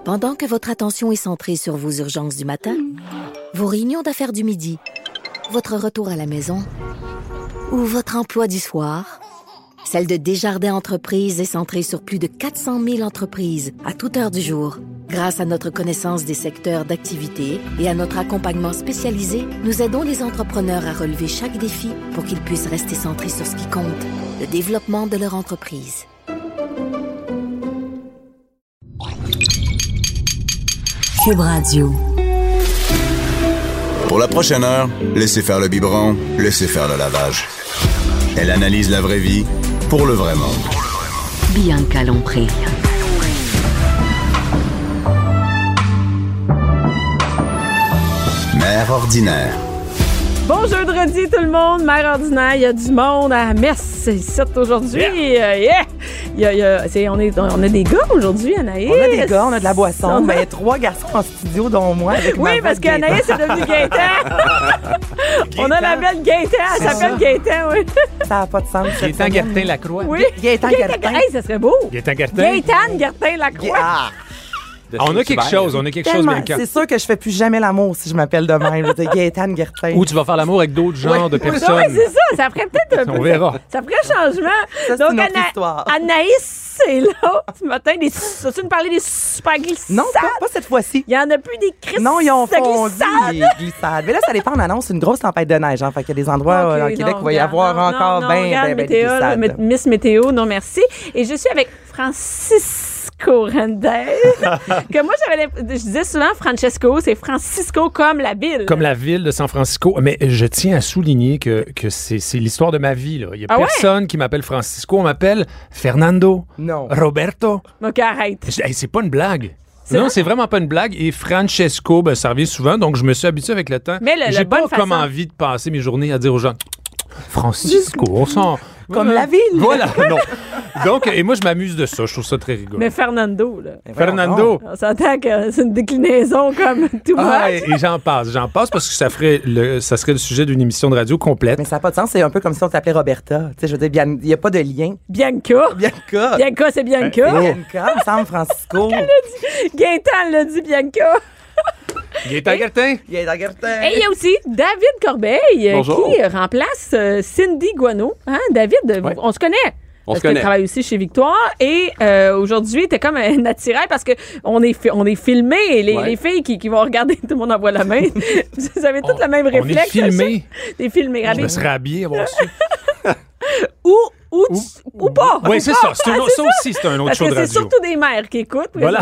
Pendant que votre attention est centrée sur vos urgences du matin, vos réunions d'affaires du midi, votre retour à la maison ou votre emploi du soir, celle de Desjardins Entreprises est centrée sur plus de 400 000 entreprises à toute heure du jour. Grâce à notre connaissance des secteurs d'activité et à notre accompagnement spécialisé, nous aidons les entrepreneurs à relever chaque défi pour qu'ils puissent rester centrés sur ce qui compte, le développement de leur entreprise. Cube Radio. Pour la prochaine heure, laissez faire le biberon, laissez faire le lavage. Elle analyse la vraie vie pour le vrai monde. Bianca Lompré. Mère ordinaire. Bon jeudi tout le monde, Mère ordinaire, il y a du monde à Metz ici aujourd'hui. On a des gars aujourd'hui, Anaïs. On a des gars, on a de la boisson. Il y a 3 garçons en studio, dont moi. Oui, parce qu'Anaïs est devenue Gaëtan. On a la belle Gaëtan, elle s'appelle Gaëtan, oui. Ça n'a pas de sens. Gaëtan Gertin-Lacroix. Oui. Gaëtan Gertin. Hey, ça serait beau. Gaëtan Gertin. Gaëtan Gertin-Lacroix. On a quelque chose, Bianca. C'est sûr que je fais plus jamais l'amour si je m'appelle de même. C'est Gaëtan Gertin. Ou tu vas faire l'amour avec d'autres genres de personnes. Oui, c'est ça. Ça ferait peut-être un peu. On verra. Ça ferait un changement. Ça, c'est une autre histoire. Anaïs, c'est là. Ce matin, as-tu nous parlé des super glissades? Non, pas cette fois-ci. Il y en a plus des crises. Non, ils ont fondu les glissades. Mais là, ça dépend. On annonce une grosse tempête de neige. Fait qu'il y a des endroits au Québec où il va y avoir encore bien des glissades. Miss Météo, non merci. Et je suis avec Francisco Randel. Que moi, je disais souvent Francesco, c'est Francisco comme la ville. Comme la ville de San Francisco. Mais je tiens à souligner que c'est l'histoire de ma vie. Là. Il n'y a personne qui m'appelle Francisco. On m'appelle Fernando. Non. Roberto. OK, arrête. Hey, c'est pas une blague. Non, c'est vraiment pas une blague. Et Francesco, ça revient souvent. Donc, je me suis habitué avec le temps. Mais j'ai pas comme envie de passer mes journées à dire aux gens Francisco, on sent... Comme la ville. Voilà, non. Donc, et moi, je m'amuse de ça. Je trouve ça très rigolo. Mais Fernando, là. Fernando. On s'entend que c'est une déclinaison comme tout le monde. Et j'en passe parce que ça serait le sujet d'une émission de radio complète. Mais ça n'a pas de sens. C'est un peu comme si on s'appelait Roberta. Tu sais, je veux dire, il n'y a pas de lien. Bianca, c'est Bianca. Bianca, il me semble, Francisco. Gaëtan l'a dit, Bianca. Gaëtan Gertin. Et il y a aussi David Corbeil qui remplace Cindy Guano. Hein, David, on se connaît. Parce qu'elle travaille aussi chez Victoire. Et aujourd'hui, t'es comme un attirail parce qu'on est filmé. Et les filles qui vont regarder, tout le monde envoie la main. Vous avez toutes le même réflexe. On est filmé. T'es filmé. Je me serais habillé à voir ça. Ou pas. Oui, c'est ça. Ça aussi, c'est un autre show de radio. Parce que c'est surtout des mères qui écoutent, voilà.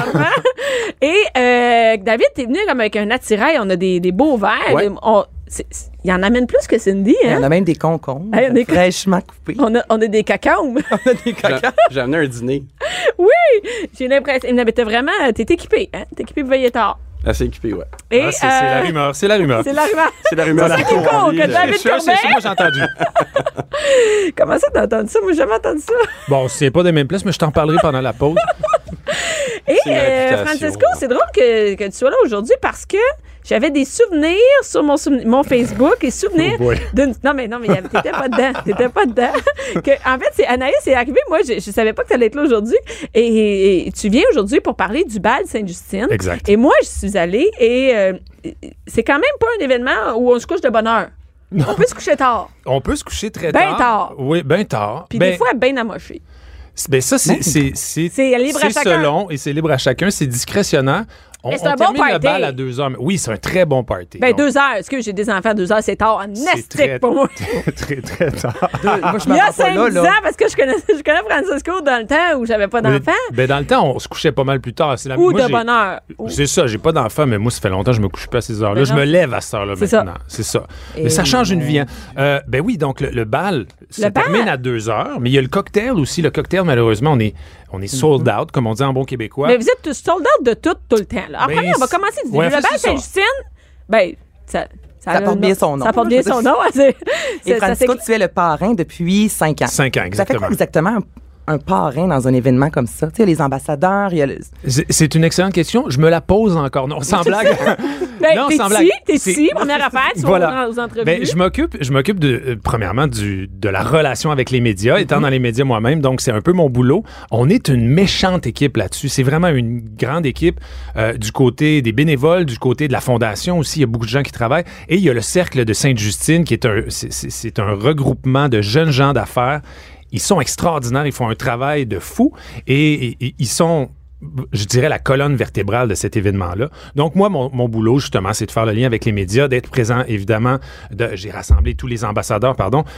Et David, t'es venu comme avec un attirail. On a des beaux verres. Ouais. Il y en amène plus que Cindy, hein? Il y en a même des concombres, fraîchement coupés. On a des cacahuètes. J'ai amené un dîner. Oui! J'ai l'impression. Mais t'es équipé, hein? T'es équipé veiller tard. Assez équipé, ouais. Et, c'est la rumeur. C'est la rumeur. C'est ça qui compte, que David Corbeil. C'est moi, j'ai entendu. Comment ça, t'as entendu ça? Moi, j'ai jamais entendu ça. Bon, c'est pas des mêmes places, mais je t'en parlerai pendant la pause. Et Francesco, c'est drôle que tu sois là aujourd'hui parce que j'avais des souvenirs sur mon Facebook et souvenirs d'une... Non, mais t'étais pas dedans. En fait, Anaïs est arrivée. Moi, je savais pas que tu allais être là aujourd'hui. Et tu viens aujourd'hui pour parler du bal Sainte-Justine. Exact. Et moi, je suis allée et c'est quand même pas un événement où on se couche de bonne heure. Non. On peut se coucher tard. On peut se coucher très tard. Bien tard. Oui, bien tard. Puis des fois, bien amoché. Ben ça, c'est libre à chacun. Selon, et c'est libre à chacun, c'est discrétionnant. On termine bon le bal à 2h. Oui, c'est un très bon party. 2 heures. Est-ce que j'ai des enfants à 2 heures? C'est tard. Nestique pour moi. Très, très tard. Moi, il y a 5 ans, parce que je connais Francisco dans le temps où j'avais pas d'enfants. Dans le temps, on se couchait pas mal plus tard. De bonne heure. C'est ça, j'ai pas d'enfants, mais moi, ça fait longtemps que je me couche pas à ces heures-là. Je me lève à cette heure-là maintenant. C'est ça. Mais ça change une vie. Hein. Oui, donc le bal se termine à 2h, mais il y a le cocktail aussi. Le cocktail, malheureusement, on est sold out, comme on dit en bon québécois. Mais vous êtes sold out de tout le temps. Là. Après, on va commencer du début. Le bal Sainte-Justine, ça porte bien son nom. Ça porte bien son nom. Et Francisco, tu es le parrain depuis 5 ans. 5 ans, exactement. Ça fait quoi exactement un parrain dans un événement comme ça? Tu sais, les ambassadeurs, il y a... C'est une excellente question. Je me la pose encore. Non, sans blague. Non, sans blague. T'es ici, première affaire, tu vas aux entrevues. Ben, je m'occupe premièrement, de la relation avec les médias, étant dans les médias moi-même, donc c'est un peu mon boulot. On est une méchante équipe là-dessus. C'est vraiment une grande équipe du côté des bénévoles, du côté de la fondation aussi. Il y a beaucoup de gens qui travaillent. Et il y a le Cercle de Sainte-Justine, qui est un regroupement de jeunes gens d'affaires. Ils sont extraordinaires, ils font un travail de fou et ils sont, je dirais, la colonne vertébrale de cet événement-là. Donc, moi, mon boulot, justement, c'est de faire le lien avec les médias, d'être présent, évidemment. J'ai rassemblé tous les ambassadeurs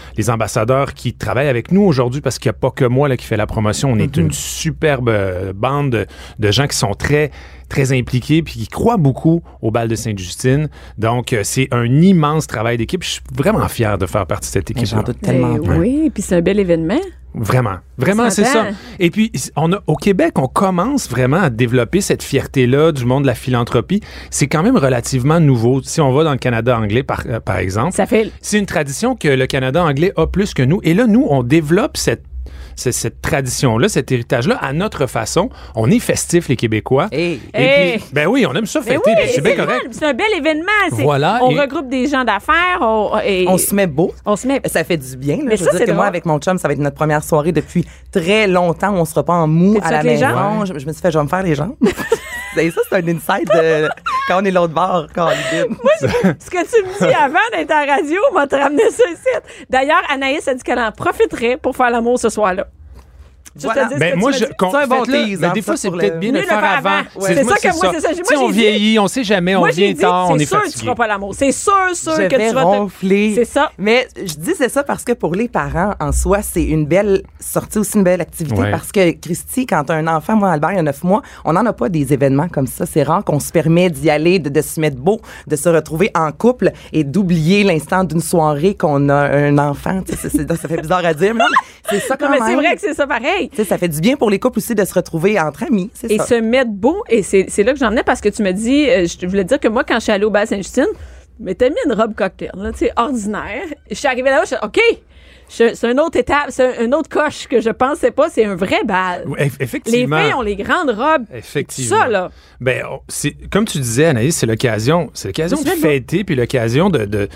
qui travaillent avec nous aujourd'hui, parce qu'il n'y a pas que moi là, qui fait la promotion. On est une superbe bande de gens qui sont très, très impliqués puis qui croient beaucoup au bal de Sainte-Justine. Donc, c'est un immense travail d'équipe. Je suis vraiment fier de faire partie de cette équipe-là. J'en doute tellement. Oui, puis c'est un bel événement. Vraiment, c'est ça. Et puis, au Québec, on commence vraiment à développer cette fierté-là du monde de la philanthropie. C'est quand même relativement nouveau. Si on va dans le Canada anglais, par exemple, c'est une tradition que le Canada anglais a plus que nous. Et là, nous, on développe cette tradition-là, cet héritage-là, à notre façon. On est festifs, les Québécois. Puis, ben oui, on aime ça fêter. Oui, c'est bien correct. C'est un bel événement. Voilà. On regroupe des gens d'affaires. On se met beau. Ça fait du bien. Mais je veux dire que moi, avec mon chum, ça va être notre première soirée depuis très longtemps. On ne sera pas en mou à la maison. Je me suis fait, je vais me faire les jambes. Et ça, c'est un insight quand on est l'autre bord, quand on Moi, ce que tu me dis avant d'être en radio m'a ramené ça ici. D'ailleurs, Anaïs a dit qu'elle en profiterait pour faire l'amour ce soir-là. Voilà. C'est un bon tease. Mais des fois, c'est peut-être bien de le faire avant. C'est ça que moi, c'est ça. Si on vieillit, on sait jamais, on vient tard, on est fatigué. C'est sûr que tu feras pas l'amour. C'est sûr que tu vas ronfler. C'est ça. Mais je dis c'est ça parce que pour les parents, en soi, c'est une belle sortie, aussi une belle activité. Ouais. Parce que, Christy, quand tu as un enfant, moi, Albert, il y a 9 mois, on n'en a pas des événements comme ça. C'est rare qu'on se permet d'y aller, de se mettre beau, de se retrouver en couple et d'oublier l'instant d'une soirée qu'on a un enfant. Ça fait bizarre à dire, mais non, c'est ça quand même. Mais c'est vrai que c'est ça pareil. T'sais, ça fait du bien pour les couples aussi de se retrouver entre amis, c'est et ça. Se mettre beau, et c'est là que j'en venais parce que tu me dis, je voulais dire que moi, quand je suis allée au bal Sainte-Justine, mais t'as mis une robe cocktail, là, tu sais, ordinaire. Je suis arrivée là-bas, je suis OK, c'est une autre étape, c'est une autre coche que je pensais pas, c'est un vrai bal. Oui, effectivement. Les filles ont les grandes robes. Effectivement. Ça, là. Ben, comme tu disais, Anaïs, c'est l'occasion de fêter, puis l'occasion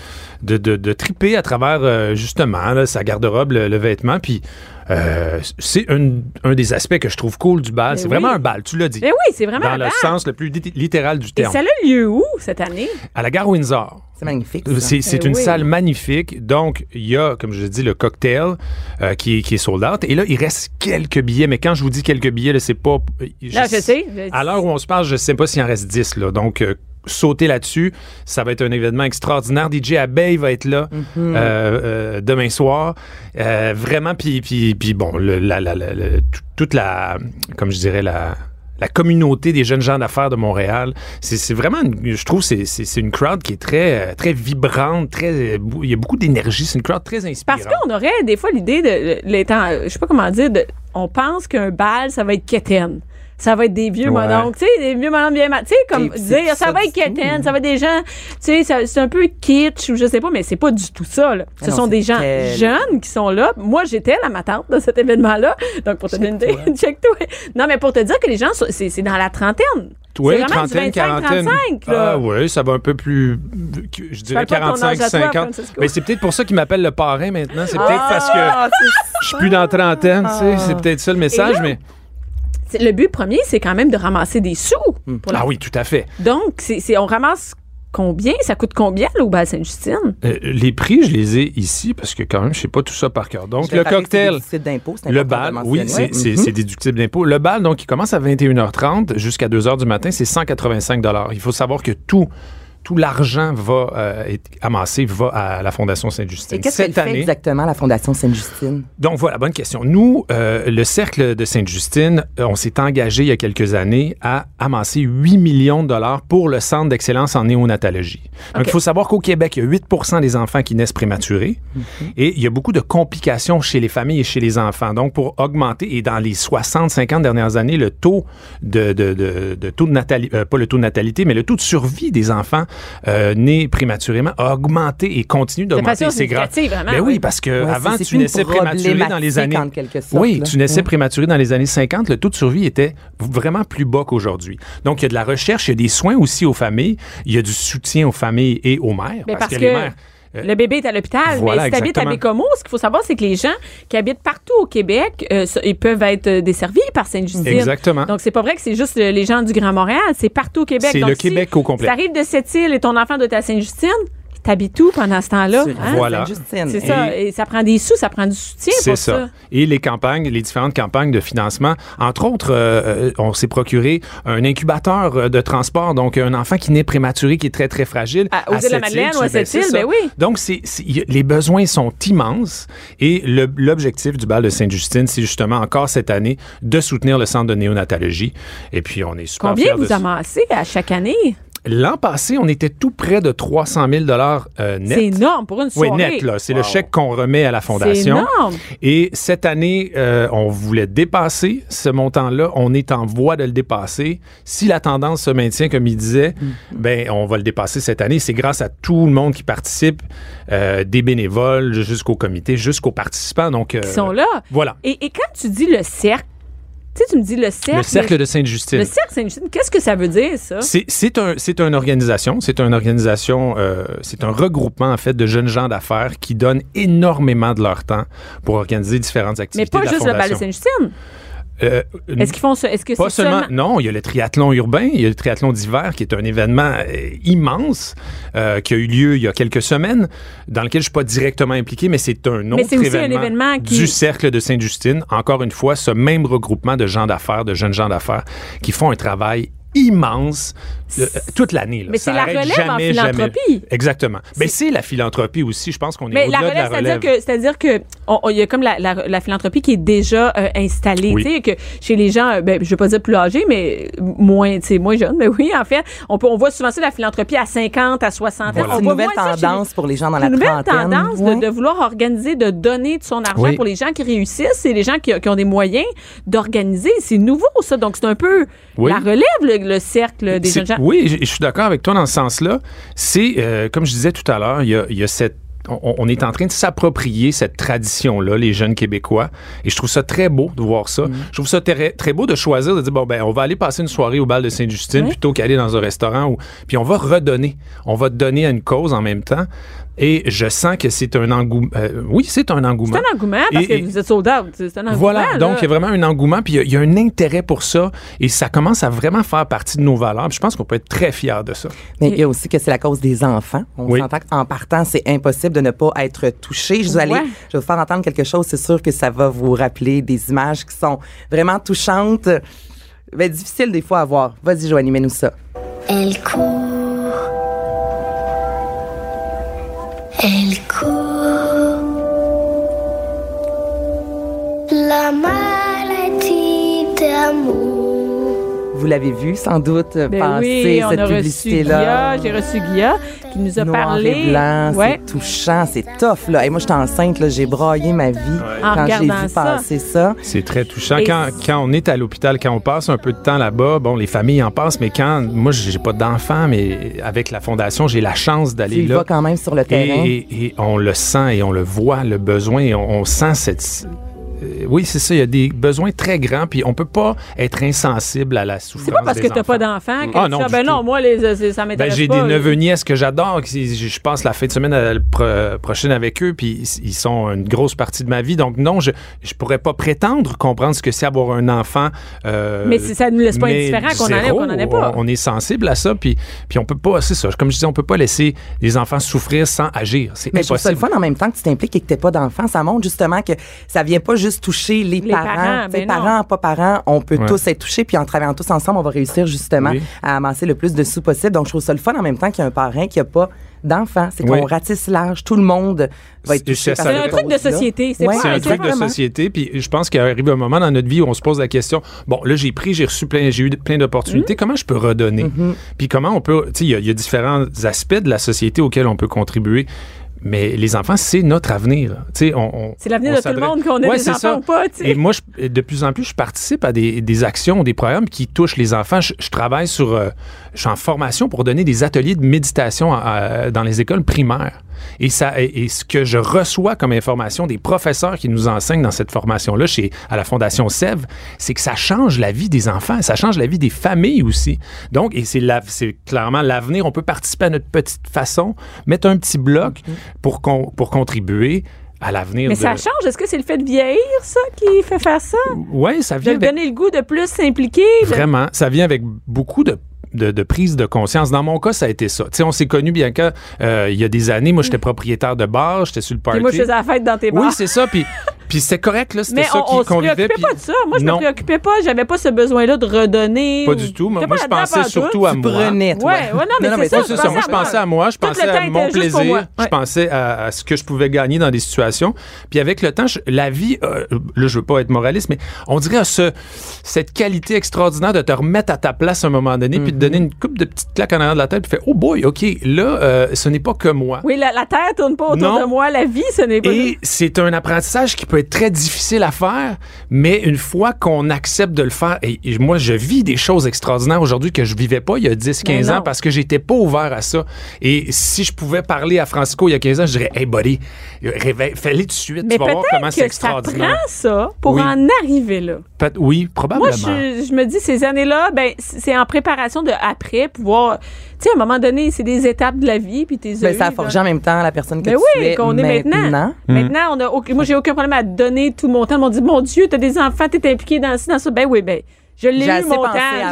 de triper à travers, justement, là, sa garde-robe, le vêtement, puis c'est un des aspects que je trouve cool du bal. C'est vraiment un bal, tu l'as dit. Mais oui, c'est vraiment un bal. Dans le sens le plus littéral du terme. Et ça a lieu où, cette année? À la gare Windsor. C'est magnifique. C'est une salle magnifique. Donc, il y a, comme je dis, le cocktail qui est sold out. Et là, il reste quelques billets. Mais quand je vous dis quelques billets, là, c'est pas... Je sais. À l'heure où on se parle, je sais pas s'il en reste 10. Là. Donc, sauter là-dessus, ça va être un événement extraordinaire. DJ Abeille va être là demain soir. Vraiment, puis bon, toute la... Comme je dirais, la communauté des jeunes gens d'affaires de Montréal, c'est vraiment, je trouve, c'est une crowd qui est très, très vibrante, il y a beaucoup d'énergie, c'est une crowd très inspirante. Parce qu'on aurait des fois l'idée je sais pas comment dire, on pense qu'un bal, ça va être quétaine. Ça va être des vieux mononcles, tu sais, des vieux mononcles bien tu sais, comme dire, ça va être quétaine, ça va être des gens, tu sais, c'est un peu kitsch ou je sais pas, mais c'est pas du tout ça, là. Ce sont des gens jeunes qui sont là. Moi, j'étais la matante de cet événement-là. Donc, pour te donner une idée, check-toi. Non, mais pour te dire que les gens, c'est dans la trentaine. Oui, trentaine, quarantaine. 35, là. Ah oui, ça va un peu plus, je dirais 45, 50. Mais c'est peut-être pour ça qu'ils m'appellent le parrain maintenant. C'est peut-être parce que je suis plus dans la trentaine, tu sais. C'est peut-être ça le message, mais... Le but premier, c'est quand même de ramasser des sous. Oui, tout à fait. Donc, on ramasse combien? Ça coûte combien, là, au bal Sainte-Justine? Les prix, je les ai ici parce que quand même, je sais pas tout ça par cœur. Donc, le cocktail, le bal, oui, c'est déductible d'impôt. Le bal, donc, il commence à 21h30 jusqu'à 2h du matin, c'est 185 $. Il faut savoir que tout l'argent amassé va à la Fondation Sainte-Justine. Et qu'est-ce qu'elle fait exactement, la Fondation Sainte-Justine? Donc voilà, bonne question. Nous, le Cercle de Sainte-Justine, on s'est engagé il y a quelques années à amasser 8 millions de $ pour le Centre d'excellence en néonatologie. Donc, il faut savoir qu'au Québec, il y a 8% des enfants qui naissent prématurés et il y a beaucoup de complications chez les familles et chez les enfants. Donc, pour augmenter, et dans les 60-50 dernières années, le taux de taux de natalité, pas le taux de natalité, mais le taux de survie des enfants nés prématurément a augmenté et continue d'augmenter. C'est grave. Ben oui, parce que avant tu naissais prématuré dans les années... tu naissais prématuré dans les années 50, le taux de survie était vraiment plus bas qu'aujourd'hui. Donc, il y a de la recherche, il y a des soins aussi aux familles, il y a du soutien aux familles et aux mères. Parce que les mères... Le bébé est à l'hôpital, voilà, mais si tu habites à Bécomo, ce qu'il faut savoir, c'est que les gens qui habitent partout au Québec, ils peuvent être desservis par Sainte-Justine. Exactement. Donc, c'est pas vrai que c'est juste les gens du Grand Montréal, c'est partout au Québec. C'est donc, le Québec au complet. Si t'arrives de Sept-Îles et ton enfant doit être à Sainte-Justine, t'habites où pendant ce temps-là? Hein? Voilà. C'est ça. Et ça prend des sous, ça prend du soutien pour ça. Et les différentes campagnes de financement. Entre autres, on s'est procuré un incubateur de transport, donc un enfant qui naît prématuré, qui est très, très fragile. Aux Îles-de-la-Madeleine ou à Sept-Îles, ben oui. Donc, les besoins sont immenses. Et l'objectif du bal de Sainte-Justine, c'est justement encore cette année de soutenir le centre de néonatologie. Et puis, on est super fiers de ça. Combien vous amassez à chaque année? L'an passé, on était tout près de 300 000 net. C'est énorme pour une soirée. Oui, net, là. C'est le chèque qu'on remet à la Fondation. C'est énorme. Et cette année, on voulait dépasser ce montant-là. On est en voie de le dépasser. Si la tendance se maintient, comme il disait, ben on va le dépasser cette année. C'est grâce à tout le monde qui participe, des bénévoles jusqu'au comité, jusqu'aux participants. Donc, qui sont là. Voilà. Et quand tu dis le cercle, tu sais, tu me dis le cercle. Le cercle de Sainte-Justine. Le cercle Sainte-Justine, qu'est-ce que ça veut dire, ça? C'est une organisation. C'est un regroupement, en fait, de jeunes gens d'affaires qui donnent énormément de leur temps pour organiser différentes activités. Mais pas juste le bal de Sainte-Justine. Est-ce qu'ils font ça? Est-ce que pas c'est seulement? Non, il y a le triathlon urbain, il y a le triathlon d'hiver qui est un événement immense qui a eu lieu il y a quelques semaines, dans lequel je ne suis pas directement impliqué, mais c'est un autre événement du Cercle de Sainte-Justine. Encore une fois, ce même regroupement de gens d'affaires, de jeunes gens d'affaires qui font un travail immense toute l'année. Mais c'est la relève en philanthropie. Exactement. Mais c'est la philanthropie aussi. Je pense qu'on est au-delà de la relève. C'est-à-dire que il y a comme la philanthropie qui est déjà installée. Oui. Tu sais, que chez les gens, je ne vais pas dire plus âgés, mais moins jeunes. Mais oui, en fait, on voit souvent ça, la philanthropie à 50, à 60 ans. C'est une nouvelle tendance pour les gens dans la trentaine. C'est une nouvelle tendance de vouloir organiser, de donner de son argent pour les gens qui réussissent et les gens qui ont des moyens d'organiser. C'est nouveau, ça. Donc, c'est un peu la relève, le cercle des jeunes gens. Oui, je suis d'accord avec toi dans ce sens-là. C'est, comme je disais tout à l'heure, il y a cette... On est en train de s'approprier cette tradition-là, les jeunes Québécois. Et je trouve ça très beau de voir ça. Je trouve ça très, très beau de choisir, de dire, on va aller passer une soirée au bal de Sainte-Justine plutôt qu'aller dans un restaurant. Puis on va redonner. On va donner à une cause en même temps. Et je sens que c'est un engouement. Oui, c'est un engouement. C'est un engouement parce que vous êtes sold out. C'est un engouement. Voilà, donc il y a vraiment un engouement, puis il y a un intérêt pour ça, et ça commence à vraiment faire partie de nos valeurs. Puis je pense qu'on peut être très fiers de ça. Mais il y a aussi que c'est la cause des enfants. On s'entend qu'en partant, c'est impossible de ne pas être touché. Je vais vous faire entendre quelque chose. C'est sûr que ça va vous rappeler des images qui sont vraiment touchantes. Ben, difficile des fois à voir. Vas-y, Joanie, mets-nous ça. Elle court. Elle court, la maladie d'amour. Vous l'avez vu sans doute passer cette publicité-là. J'ai reçu Guilla qui nous a parlé. Et blanc, c'est touchant, c'est tough. Là. Et moi, j'étais enceinte, là, j'ai braillé ma vie quand j'ai vu passer ça. C'est très touchant. Quand on est à l'hôpital, quand on passe un peu de temps là-bas, les familles en passent, mais moi, j'ai pas d'enfants, mais avec la Fondation, j'ai la chance d'aller là. Tu vas quand même sur le terrain. Et on le sent et on le voit, le besoin, et on sent cette... Oui, c'est ça. Il y a des besoins très grands, puis on peut pas être insensible à la souffrance des enfants. C'est pas parce que t'as pas d'enfants que non, moi, ça m'intéresse pas. J'ai des neveux-nièces que j'adore. Je passe la fin de semaine prochaine avec eux, puis ils sont une grosse partie de ma vie. Donc non, je pourrais pas prétendre comprendre ce que c'est avoir un enfant. Mais ça nous laisse pas indifférent qu'on en ait ou qu'on en ait pas. On est sensible à ça, puis on peut pas, c'est ça. Comme je disais, on peut pas laisser les enfants souffrir sans agir. C'est impossible. Mais je trouve ça le fun en même temps que tu t'impliques et que t'aies pas d'enfants. Ça montre justement que ça vient pas juste toucher les parents. Parents, pas parents, on peut tous être touchés, puis en travaillant tous ensemble, on va réussir justement à amasser le plus de sous possible. Donc, je trouve ça le fun en même temps qu'il y a un parrain qui n'a pas d'enfants. C'est qu'on ratisse large. Tout le monde va être touché. C'est un truc de société. C'est un truc de société. Puis je pense qu'il arrive un moment dans notre vie où on se pose la question, là, j'ai eu plein d'opportunités. Comment je peux redonner? Puis comment on peut... Tu sais, il y a différents aspects de la société auxquels on peut contribuer. Mais les enfants, c'est notre avenir. C'est l'avenir de tout le monde qu'on ait des enfants ou pas. T'sais. Et moi, de plus en plus, je participe à des actions, des programmes qui touchent les enfants. Je travaille je suis en formation pour donner des ateliers de méditation dans les écoles primaires. Et ce que je reçois comme information des professeurs qui nous enseignent dans cette formation-là à la Fondation Sèvres, c'est que ça change la vie des enfants, ça change la vie des familles aussi. Donc, et c'est clairement l'avenir. On peut participer à notre petite façon, mettre un petit bloc pour contribuer à l'avenir. Mais ça change. Est-ce que c'est le fait de vieillir, ça, qui fait faire ça? Oui, ça vient de donner le goût de plus s'impliquer. Vraiment. Ça vient avec beaucoup de prise de conscience. Dans mon cas, ça a été ça. Tu sais, on s'est connus, Bianca, il y a des années. Moi, j'étais propriétaire de bar, j'étais sur le party. Et moi, je faisais la fête dans tes bars. Oui, c'est ça. Puis c'était correct, là. C'était mais ça qu'on vivait. Mais on se préoccupait pas de ça. Moi, je me préoccupais pas. J'avais pas ce besoin-là de redonner. Pas du tout. Moi, je pensais surtout à moi. Prenais, toi. Ouais, non, mais c'est ça. Moi, je pensais à moi. Je pensais à mon plaisir. Je pensais à ce que je pouvais gagner dans des situations. Puis avec le temps, la vie, là, je veux pas être moraliste, mais on dirait cette qualité extraordinaire de te remettre à ta place à un moment donné, puis de donner une couple de petites claques en arrière de la tête, puis fait, oh boy, OK, là, ce n'est pas que moi. Oui, la terre tourne pas autour de moi. La vie, ce n'est pas. Et c'est un apprentissage qui peut être très difficile à faire, mais une fois qu'on accepte de le faire, et moi, je vis des choses extraordinaires aujourd'hui que je vivais pas il y a 10-15 ans parce que j'étais pas ouvert à ça. Et si je pouvais parler à Francisco il y a 15 ans, je dirais, hey buddy, fais-le tout de suite, mais tu vas voir comment c'est extraordinaire. Mais peut-être que ça prend ça pour en arriver là. Oui, probablement. Moi, je me dis, ces années-là, c'est en préparation de après pouvoir... Tu sais, à un moment donné, c'est des étapes de la vie, puis ça a forgé en même temps la personne que tu es qu'on est maintenant. Maintenant, moi, j'ai aucun problème à donner tout mon temps. Ils m'ont dit, mon Dieu, t'as des enfants, t'es impliqué dans ci, dans ça. Je l'ai eu mon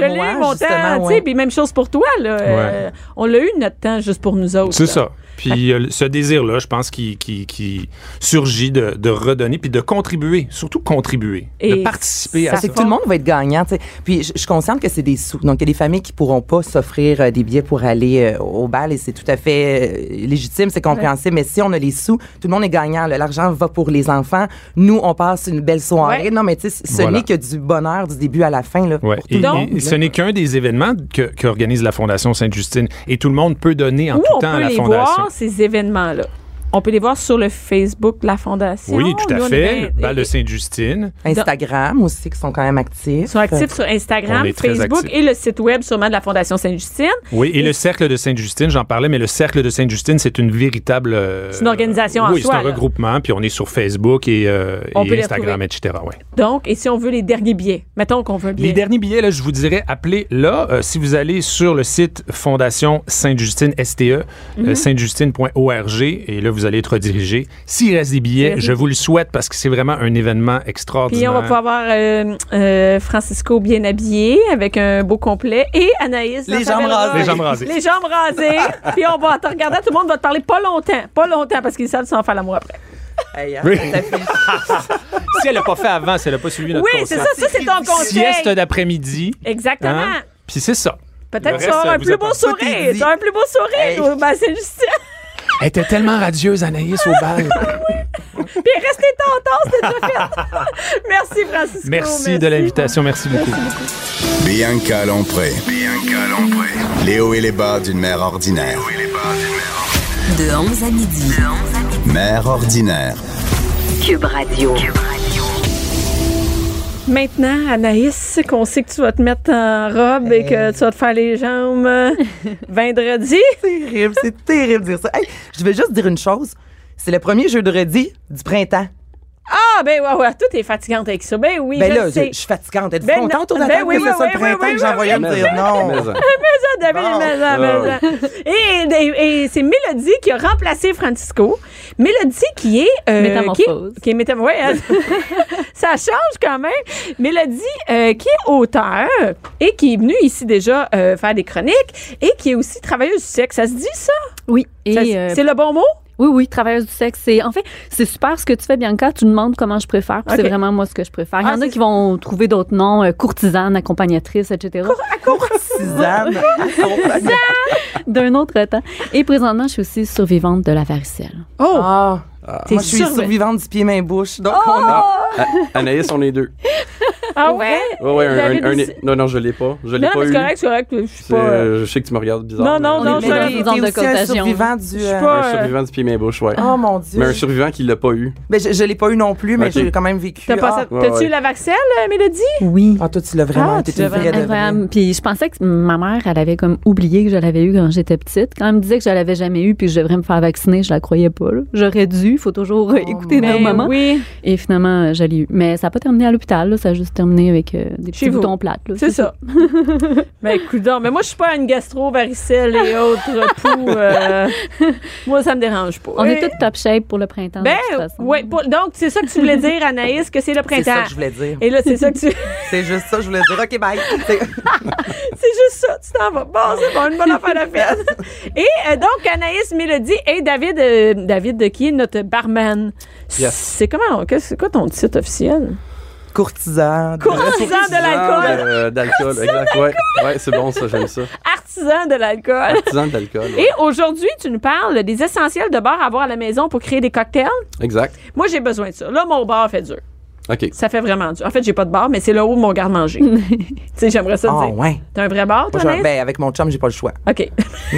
temps. Tu sais, puis même chose pour toi, là. On l'a eu notre temps juste pour nous autres. C'est ça. Puis ce désir-là, je pense, qui surgit de redonner puis de contribuer, surtout contribuer, de participer à ça. C'est que tout le monde va être gagnant. T'sais. Puis je suis consciente que c'est des sous. Donc, il y a des familles qui ne pourront pas s'offrir des billets pour aller au bal et c'est tout à fait légitime, c'est compréhensible. Mais si on a les sous, tout le monde est gagnant. L'argent va pour les enfants. Nous, on passe une belle soirée. Ouais. Non, mais tu sais, ce n'est que du bonheur du début à la fin. Là, pour tout le monde. Et ce n'est qu'un des événements qu'organise la Fondation Sainte-Justine. Et tout le monde peut donner en tout temps à la Fondation. Ces événements-là. On peut les voir sur le Facebook de la Fondation. Oui, tout à fait. Bal de Sainte-Justine. Instagram aussi, qui sont quand même actifs. Ils sont actifs sur Instagram, Facebook et le site web sûrement de la Fondation Sainte-Justine. Oui, et le Cercle de Sainte-Justine, j'en parlais, mais le Cercle de Sainte-Justine, c'est une véritable... c'est une organisation en soi. Oui, c'est un regroupement, puis on est sur Facebook et Instagram, etc. Ouais. Donc, et si on veut les derniers billets? Mettons qu'on veut un billet. Les derniers billets, là, je vous dirais, appelez là. Si vous allez sur le site Fondation Sainte-Justine, STE, saintejustine.org, et là, vous allez être redirigé. S'il reste des billets, je vous le souhaite parce que c'est vraiment un événement extraordinaire. Puis on va pouvoir voir Francisco bien habillé avec un beau complet et Anaïs. Les jambes rasées. Les jambes rasées. Puis on va te regarder, tout le monde va te parler pas longtemps parce qu'ils savent s'en faire l'amour après. Hey, si elle l'a pas fait avant, si elle n'a pas suivi notre conseil. Oui, c'est ça c'est ton conseil. Sieste d'après-midi. Exactement. Hein? Puis c'est ça. Peut-être tu auras un plus beau sourire. Tu as un plus beau sourire. C'est juste ça. Elle était tellement radieuse, Anaïs, au bal. Puis restez tentante, c'était déjà fait. Merci, Francisco. Merci de l'invitation. Merci beaucoup. Bianca Lompré. Les hauts et les bas d'une mère ordinaire. De 11 à midi. Mère ordinaire. Cube Radio. Maintenant, Anaïs, qu'on sait que tu vas te mettre en robe et que tu vas te faire les jambes vendredi. C'est terrible de dire ça. Hey, je vais juste dire une chose. C'est le premier jeudi du printemps. Ah, ben ouais, tout est fatigante avec ça. Ben oui, ben je là, sais. Je suis fatigante. Êtes-vous contente autour de la table que c'est ça le printemps que j'envoyais me dire non? Mais et c'est Mélodie qui a remplacé Francisco. Mélodie qui est... Métamorphose. Qui est métamorphose. Ouais, ça change quand même. Mélodie qui est auteure et qui est venue ici déjà faire des chroniques et qui est aussi travailleuse du sexe. Ça se dit, ça? Oui. C'est le bon mot? Oui, travailleuse du sexe. En fait, c'est super ce que tu fais, Bianca. Tu demandes comment je préfère. Puis c'est vraiment moi ce que je préfère. Il y en a qui vont trouver d'autres noms, courtisane, accompagnatrice, etc. Courtisane, d'un autre temps. Et présentement, je suis aussi survivante de la varicelle. Oh! Moi, je suis survivante du pied-main-bouche. Donc, Anaïs, on est deux. Ah ouais? Non, je l'ai pas. Je l'ai pas eu. C'est correct. Je sais que tu me regardes bizarre. Non, on est dans une zone de un survivant du... Un survivant du pied-main-bouche, ouais. Oh mon Dieu. Mais un survivant qui l'a pas eu. Ben, je l'ai pas eu non plus, mais j'ai quand même vécu. T'as-tu eu la vaccelle, Mélodie? Oui. Ah, toi, tu l'as vraiment. T'étais incroyable. Puis je pensais que ma mère, elle avait comme oublié que je l'avais eu quand j'étais petite. Quand elle me disait que je l'avais jamais eu puis que je devrais me faire vacciner, je la croyais pas. Là. J'aurais dû. Il faut toujours écouter nos mamans. Oui. Et finalement, je l'ai eu. Mais ça n'a pas terminé à l'hôpital. Là. Ça a juste terminé avec des petits boutons plates. Là. C'est ça. Mais écoute, mais moi, je suis pas une gastro-varicelle et autres poux. Moi, ça me dérange pas. On est toutes top shape pour le printemps. Oui. Donc, c'est ça que tu voulais dire, Anaïs, que c'est le printemps. C'est ça que je voulais dire. Et là, c'est ça que tu... C'est juste ça que je voulais dire. OK, bye. C'est juste ça. Tu t'en vas. Bon, c'est bon, une bonne affaire de fête. Et donc, Anaïs, Mélodie et David, qui est notre barman. Yes. C'est quoi ton titre officiel? Courtisan. Courtisan de l'alcool. D'alcool, exact. Ouais, c'est bon, ça, j'aime ça. Artisan de l'alcool. Artisan de l'alcool. Ouais. Et aujourd'hui, tu nous parles des essentiels de bar à avoir à la maison pour créer des cocktails. Exact. Moi, j'ai besoin de ça. Là, mon bar fait dur. OK. Ça fait vraiment dur. En fait, j'ai pas de bar, mais c'est là où mon garde-manger. Tu sais, j'aimerais ça te dire. Ouais. T'as un vrai bar, toi, Anaïs? Ben, avec mon chum, j'ai pas le choix. OK.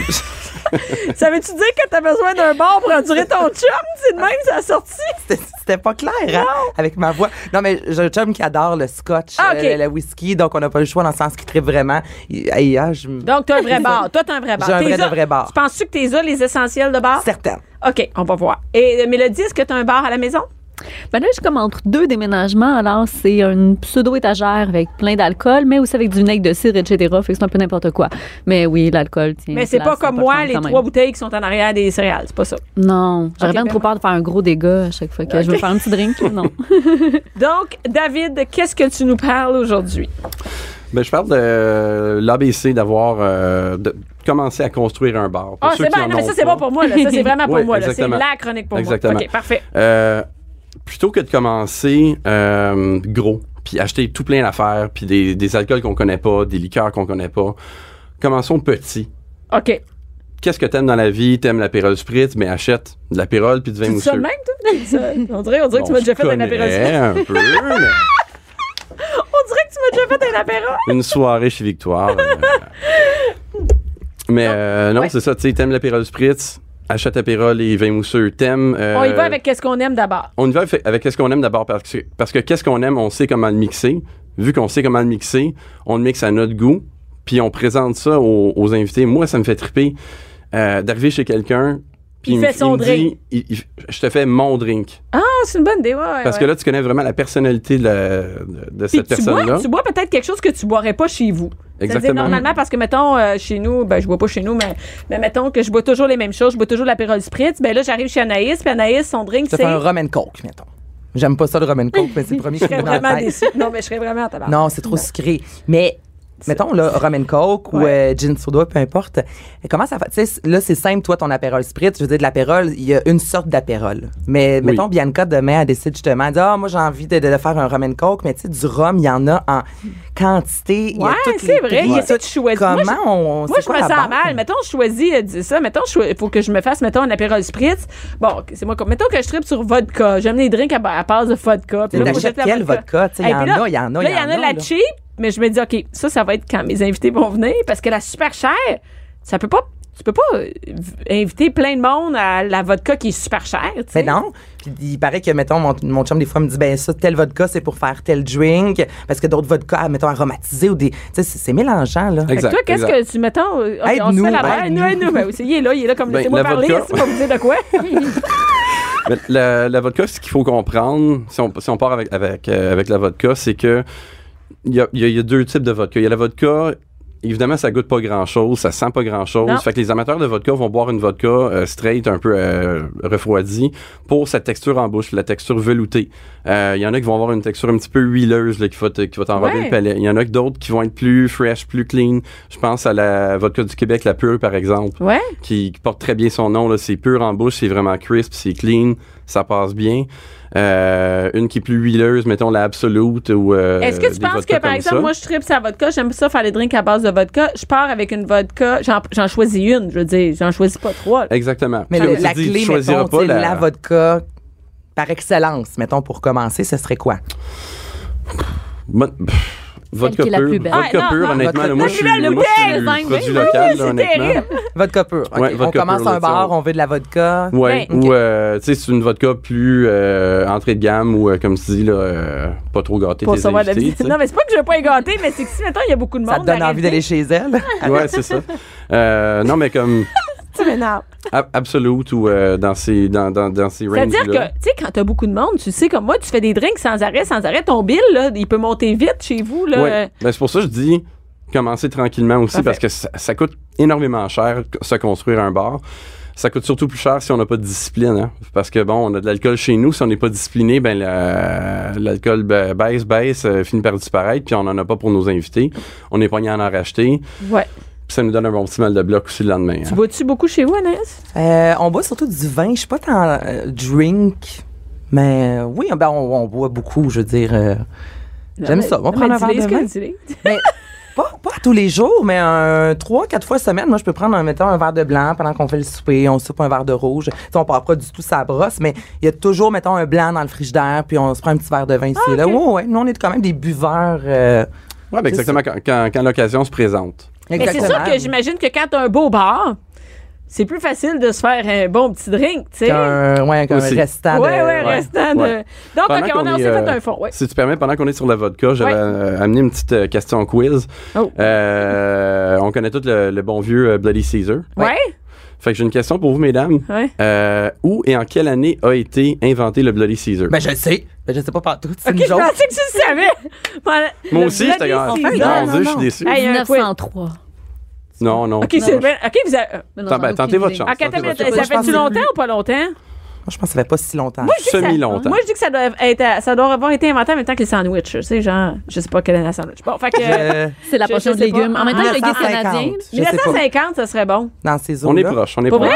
Ça veut-tu dire que t'as besoin d'un bar pour endurer ton chum? C'est de même, ça a sorti? C'était pas clair, hein? Avec ma voix. Non, mais j'ai un chum qui adore le scotch, le whisky, donc on n'a pas le choix dans le sens qu'il tripe vraiment. Donc, t'as un vrai bar. Toi, t'as un vrai bar. J'ai un vrai bar. Tu penses-tu que t'es les essentiels de bar? Certaines. OK, on va voir. Et Mélodie, est-ce que t'as un bar à la maison? Ben là, je suis comme entre deux déménagements. Alors, c'est une pseudo-étagère avec plein d'alcool, mais aussi avec du vinaigre de cidre, etc. Fait que c'est un peu n'importe quoi. Mais oui, l'alcool, tiens. Mais c'est pas comme moi, les 3 bouteilles qui sont en arrière des céréales. C'est pas ça. Non. J'aurais bien trop peur de faire un gros dégât à chaque fois que je veux faire un petit drink. Non. Donc, David, qu'est-ce que tu nous parles aujourd'hui? Ben, je parle de l'ABC d'avoir commencé à construire un bar. Ah, c'est bon. Non, mais ça, c'est bon pour moi. Là. Ça, c'est vraiment pour moi. Là. C'est la chronique pour moi. OK, parfait. Plutôt que de commencer gros, puis acheter tout plein d'affaires, puis des alcools qu'on connaît pas, des liqueurs qu'on connaît pas, commençons petit. OK. Qu'est-ce que t'aimes dans la vie? T'aimes l'apérole spritz, mais achète de l'apérole puis du vin mousseux. C'est ça le même, toi? On dirait que tu m'as déjà fait un apérole spritz. Un peu, mais... On dirait que tu m'as déjà fait un apéro. Une soirée chez Victoire. Mais non, c'est ça. Tu sais, t'aimes l'apérole spritz, achète apérole et vin mousseux. T'aimes... on y va avec qu'est-ce qu'on aime d'abord. On y va avec qu'est-ce qu'on aime d'abord parce que qu'est-ce qu'on aime, on sait comment le mixer. Vu qu'on sait comment le mixer, on le mixe à notre goût, puis on présente ça aux invités. Moi, ça me fait triper d'arriver chez quelqu'un. Puis il fait son drink. Je te fais mon drink. Ah, c'est une bonne idée, ouais. Parce que là, tu connais vraiment la personnalité de cette personne-là. Tu bois peut-être quelque chose que tu boirais pas chez vous. Exactement. C'est-à-dire, normalement, parce que, mettons, chez nous, je bois pas chez nous, mais mettons que je bois toujours les mêmes choses, je bois toujours l'apérole spritz. Ben là, j'arrive chez Anaïs, puis Anaïs, son drink, c'est... Ça fait un rum and coke, mettons. J'aime pas ça, le rum and coke, mais c'est le premier qui me vient dans la tête. Déçue. Non, mais je serais vraiment à tabac. Non, c'est trop sucré. Mais... Mettons, là, rum and coke ou gin soda, peu importe. Comment ça fait? Tu sais, là, c'est simple, toi, ton apérole spritz. Je veux dire, de l'apérole, il y a une sorte d'apérole. Mais, mettons, Bianca, demain, elle décide justement, elle dit, moi, j'ai envie de faire un rum and coke, mais tu sais, du rhum, il y en a en quantité. Ouais, c'est vrai. Il y a tout choisi. Comment moi, je me sens mal. Mettons, je choisis ça. Mettons, il faut que je me fasse, mettons, un apérole spritz. Bon, c'est moi. Mettons que je tripe sur vodka. J'aime les drinks à base de vodka. T'achètes quel vodka? Tu sais, il y en a. Là, il y en a la cheap. Mais je me dis, OK, ça va être quand mes invités vont venir, parce que la super chère, tu peux pas inviter plein de monde à la vodka qui est super chère. Mais non. Puis il paraît que, mettons, mon chum, des fois, me dit, ça, tel vodka, c'est pour faire tel drink, parce que d'autres vodkas, mettons, aromatisés ou des. Tu sais, c'est mélangeant, là. Exact. Toi, qu'est-ce que tu, mettons. On se fait la balle. Nous. Ben, il est là, comme laissez-moi parler, c'est pas vous dire de quoi. Mais la vodka, ce qu'il faut comprendre, si on part avec la vodka, c'est que il y a deux types de vodka. Il y a la vodka, évidemment, ça goûte pas grand-chose, ça sent pas grand-chose. Non. Fait que les amateurs de vodka vont boire une vodka straight, un peu refroidie, pour sa texture en bouche, la texture veloutée. Il y en a qui vont avoir une texture un petit peu huileuse, là, qui va t'enrober le palais. Il y en a d'autres qui vont être plus fresh, plus clean. Je pense à la vodka du Québec, la pure, par exemple, qui porte très bien son nom. Là. C'est pur en bouche, c'est vraiment crisp, c'est clean, ça passe bien. Une qui est plus huileuse, mettons la Absolute ou est-ce que tu penses que, par exemple, moi je tripe sa vodka, j'aime ça faire des drinks à base de vodka, je pars avec une vodka, j'en choisis une, je veux dire, j'en choisis pas 3. Exactement. Mais la clé, mettons, la vodka par excellence, mettons, pour commencer, ce serait quoi? Vodka pur, honnêtement. Moi, je suis produit local, honnêtement. Vodka pur. Okay. Ouais, vodka on commence un bar, on veut de la vodka. Oui, ou, tu sais, c'est une vodka plus entrée de gamme ou, comme tu dis, là, pas trop gâtée. Non, mais c'est pas que je veux pas y gâter, mais c'est que si, mettons, il y a beaucoup de monde. Ça te donne envie d'aller chez elle. Ouais, c'est ça. Non, mais comme... Tu m'énerves. Absolute ou dans ces ranges-là. C'est-à-dire que, tu sais, quand t'as beaucoup de monde, tu sais, comme moi, tu fais des drinks sans arrêt. Ton bill, là, il peut monter vite chez vous. Là. Oui, ben, c'est pour ça que je dis commencer tranquillement aussi, parce que ça coûte énormément cher se construire un bar. Ça coûte surtout plus cher si on n'a pas de discipline. Hein? Parce que, bon, on a de l'alcool chez nous. Si on n'est pas discipliné, ben l'alcool baisse, finit par disparaître, puis on n'en a pas pour nos invités. On est pogné à en racheter. Ouais. Ça nous donne un bon petit mal de bloc aussi le lendemain. Tu bois-tu beaucoup chez vous, Anaïs? On boit surtout du vin. Je suis pas tant drink, mais oui, ben on boit beaucoup, je veux dire. J'aime ça. On prend un verre de vin. Mais pas tous les jours, mais 3-4 fois semaine, moi, je peux prendre, mettons, un verre de blanc pendant qu'on fait le souper. On soupe un verre de rouge. T'sais, on part pas du tout sa brosse, mais il y a toujours, mettons, un blanc dans le frigidaire, puis on se prend un petit verre de vin ici. Okay. Là. Ouais, nous, on est quand même des buveurs. Oui, ben exactement, quand l'occasion se présente. Mais c'est sûr que j'imagine que quand t'as un beau bar, c'est plus facile de se faire un bon petit drink, tu sais. Qu'un restant de... restant de... Donc, OK, on a aussi fait un fond. Ouais. Si tu permets, pendant qu'on est sur la vodka, j'avais amené une petite question quiz. Oh. On connaît tous le bon vieux Bloody Caesar. Ouais. Fait que j'ai une question pour vous, mesdames. Ouais. Où et en quelle année a été inventé le Bloody Caesar? Ben, je le sais. Ben, je sais pas partout. C'est OK, je pensais que tu le savais. Moi aussi, j'étais gagné. Je suis déçu. 1903. Non. OK, c'est bien. OK, vous avez... tentez votre chance. Ça fait-tu longtemps ou pas longtemps? Moi, je pense que ça fait pas si longtemps. Semi-longtemps. Moi, je dis que ça doit avoir été inventé en même temps que les sandwichs. Tu sais, genre, je sais pas quel est le sandwich. Bon, fait que... c'est la portion de légumes. En même temps, le guide canadien. 1950, ça serait bon. Dans ces eaux-là. On est proche, Pour vrai?